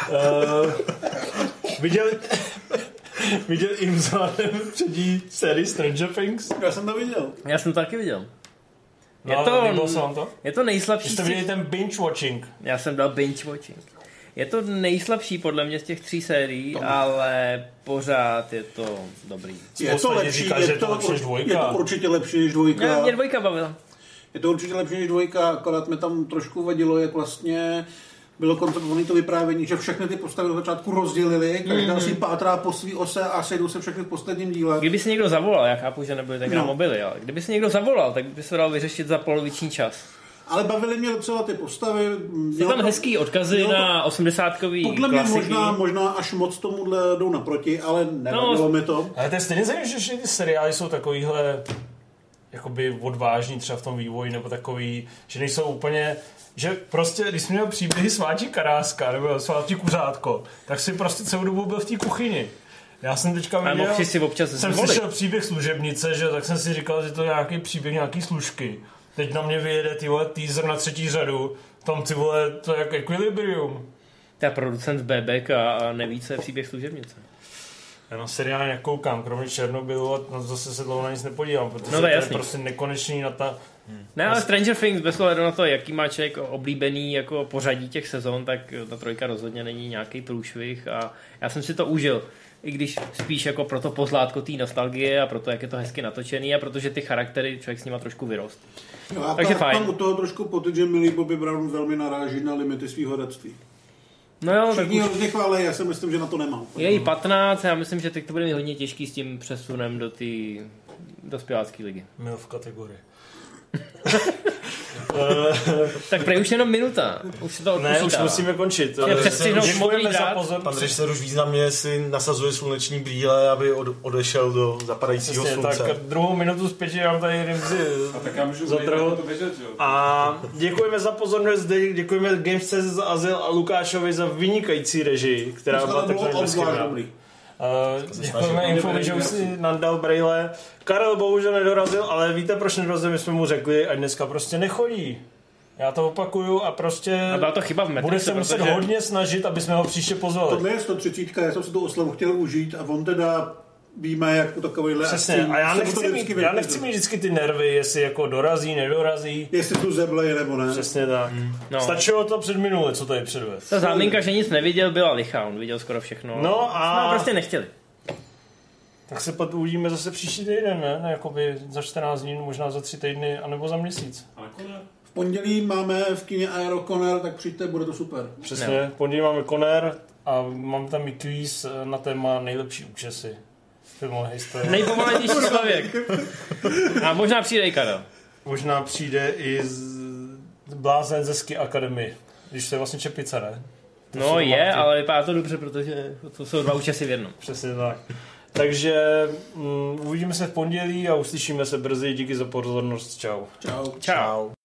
Viděl jim vzhledem přední sérii Stranger Things? Já jsem to viděl. Já jsem to taky viděl. Je to nejslabší. Jste viděli ten binge watching? Já jsem dal binge watching. Je to nejslabší podle mě z těch 3 sérií, ale pořád je to dobrý. Je to lepší, je to určitě lepší než 2. Mě 2 bavila. Je to určitě lepší než 2, akorát mi tam trošku vadilo, jak vlastně bylo konceptované to vyprávění, že všechny ty postavy do začátku rozdělili, každá si pátrá po svý ose a sejdou se všechny v posledním díle. Kdyby si někdo zavolal, já chápu, že nebudete na mobily, ale kdyby si někdo zavolal, tak by se dal vyřešit za poloviční čas. Ale bavily mě docela ty postavy. Jsou tam hezký odkazy na 80kový podle mě možná až moc tomuhle jdou naproti, ale nevadilo mi to. Ale to je stejně zajímavé, že všechny ty seriály jsou takovýhle jakoby odvážní třeba v tom vývoji, nebo takový, že nejsou úplně, že prostě, když jsme měli příběhy Sváti Karáska, nebo Sváti Kuřátko, tak si prostě celou dobu byl v té kuchyni. Já jsem teďka viděl, jsem slyšel příběh služebnice, že tak jsem si říkal, že to je nějaký příběh nějaký služky. Teď na mě vyjede teaser na 3. řadu, tam ty vole, to je jak Equilibrium. To je producent Bebek a neví, co je příběh služebnice. Já na seriál nekoukám, kromě Černobylu a zase se dlouho na nic nepodívám, protože to je prostě nekonečný na ta... Ne, ale Stranger Things, bez ohledu na to, jaký má člověk oblíbený jako pořadí těch sezon, tak ta 3 rozhodně není nějaký průšvih a já jsem si to užil. I když spíš jako pro to pozlátko té nostalgie a pro to, jak je to hezky natočený a protože ty charaktery člověk s nima trošku vyrost. Jo, takže fajn. Mám u toho trošku pocit, že Millie Bobby Brown velmi naráží na limity svého herectví. No jo, všichni hodně chválí, já si myslím, že na to nemám. Je jí 15, já myslím, že teď to bude mít hodně těžký s tím přesunem do té dospělácké ligy. Milf kategorie. Tak prej už jenom minuta. Už se to odpočítá. Ne, už musíme končit. Děkujeme za pozornost. Pan režisér už významně si nasazuje sluneční brýle, aby odešel do zapadajícího slunce. Tak 2 minutu zpět, že vám tady Rimzi zatrhl. A děkujeme za pozornost, děkujeme Games.cz za Azyl a Lukášovi za vynikající režii, která byla takhle dobrý. Děkujeme Infovi, že už si nandal brejle. Karel bohužel nedorazil, ale víte, proč nedorazil? My jsme mu řekli, ať dneska prostě nechodí. Já to opakuju a prostě a byla to chyba v Matrixe, bude se muset hodně snažit, aby jsme ho příště pozvali. Tohle je 130, já jsem si tu oslavu chtěl užít a on teda víme, jak to takovýhle... Přesně, a já nechci mít vždycky ty nervy, jestli jako dorazí, nedorazí. Jestli tu zebleje nebo ne. Přesně tak. No. Stačilo to před minule, co tady předvést. Ta záminka, že nic neviděl, byla lichá, on viděl skoro všechno. No a... No, prostě nechtěli. Tak se pak uvidíme zase příští týden, ne? Jakoby za 14 dní, možná za 3 týdny, anebo za měsíc. V pondělí máme v kině Aero Conner, tak přijďte, bude to super. Přesně, v pondělí máme Conner a mám tam i quiz na téma nejlepší účesy. Nejpovolanější člověk. A možná přijde i Karel. Možná přijde i blázen ze Ski Academy, když to je vlastně Čepice, ne? To no je, ale vypadá to dobře, protože to jsou 2 účesy v jednom. Přesně tak. Takže uvidíme se v pondělí a uslyšíme se brzy. Díky za pozornost. Čau. Čau. Čau.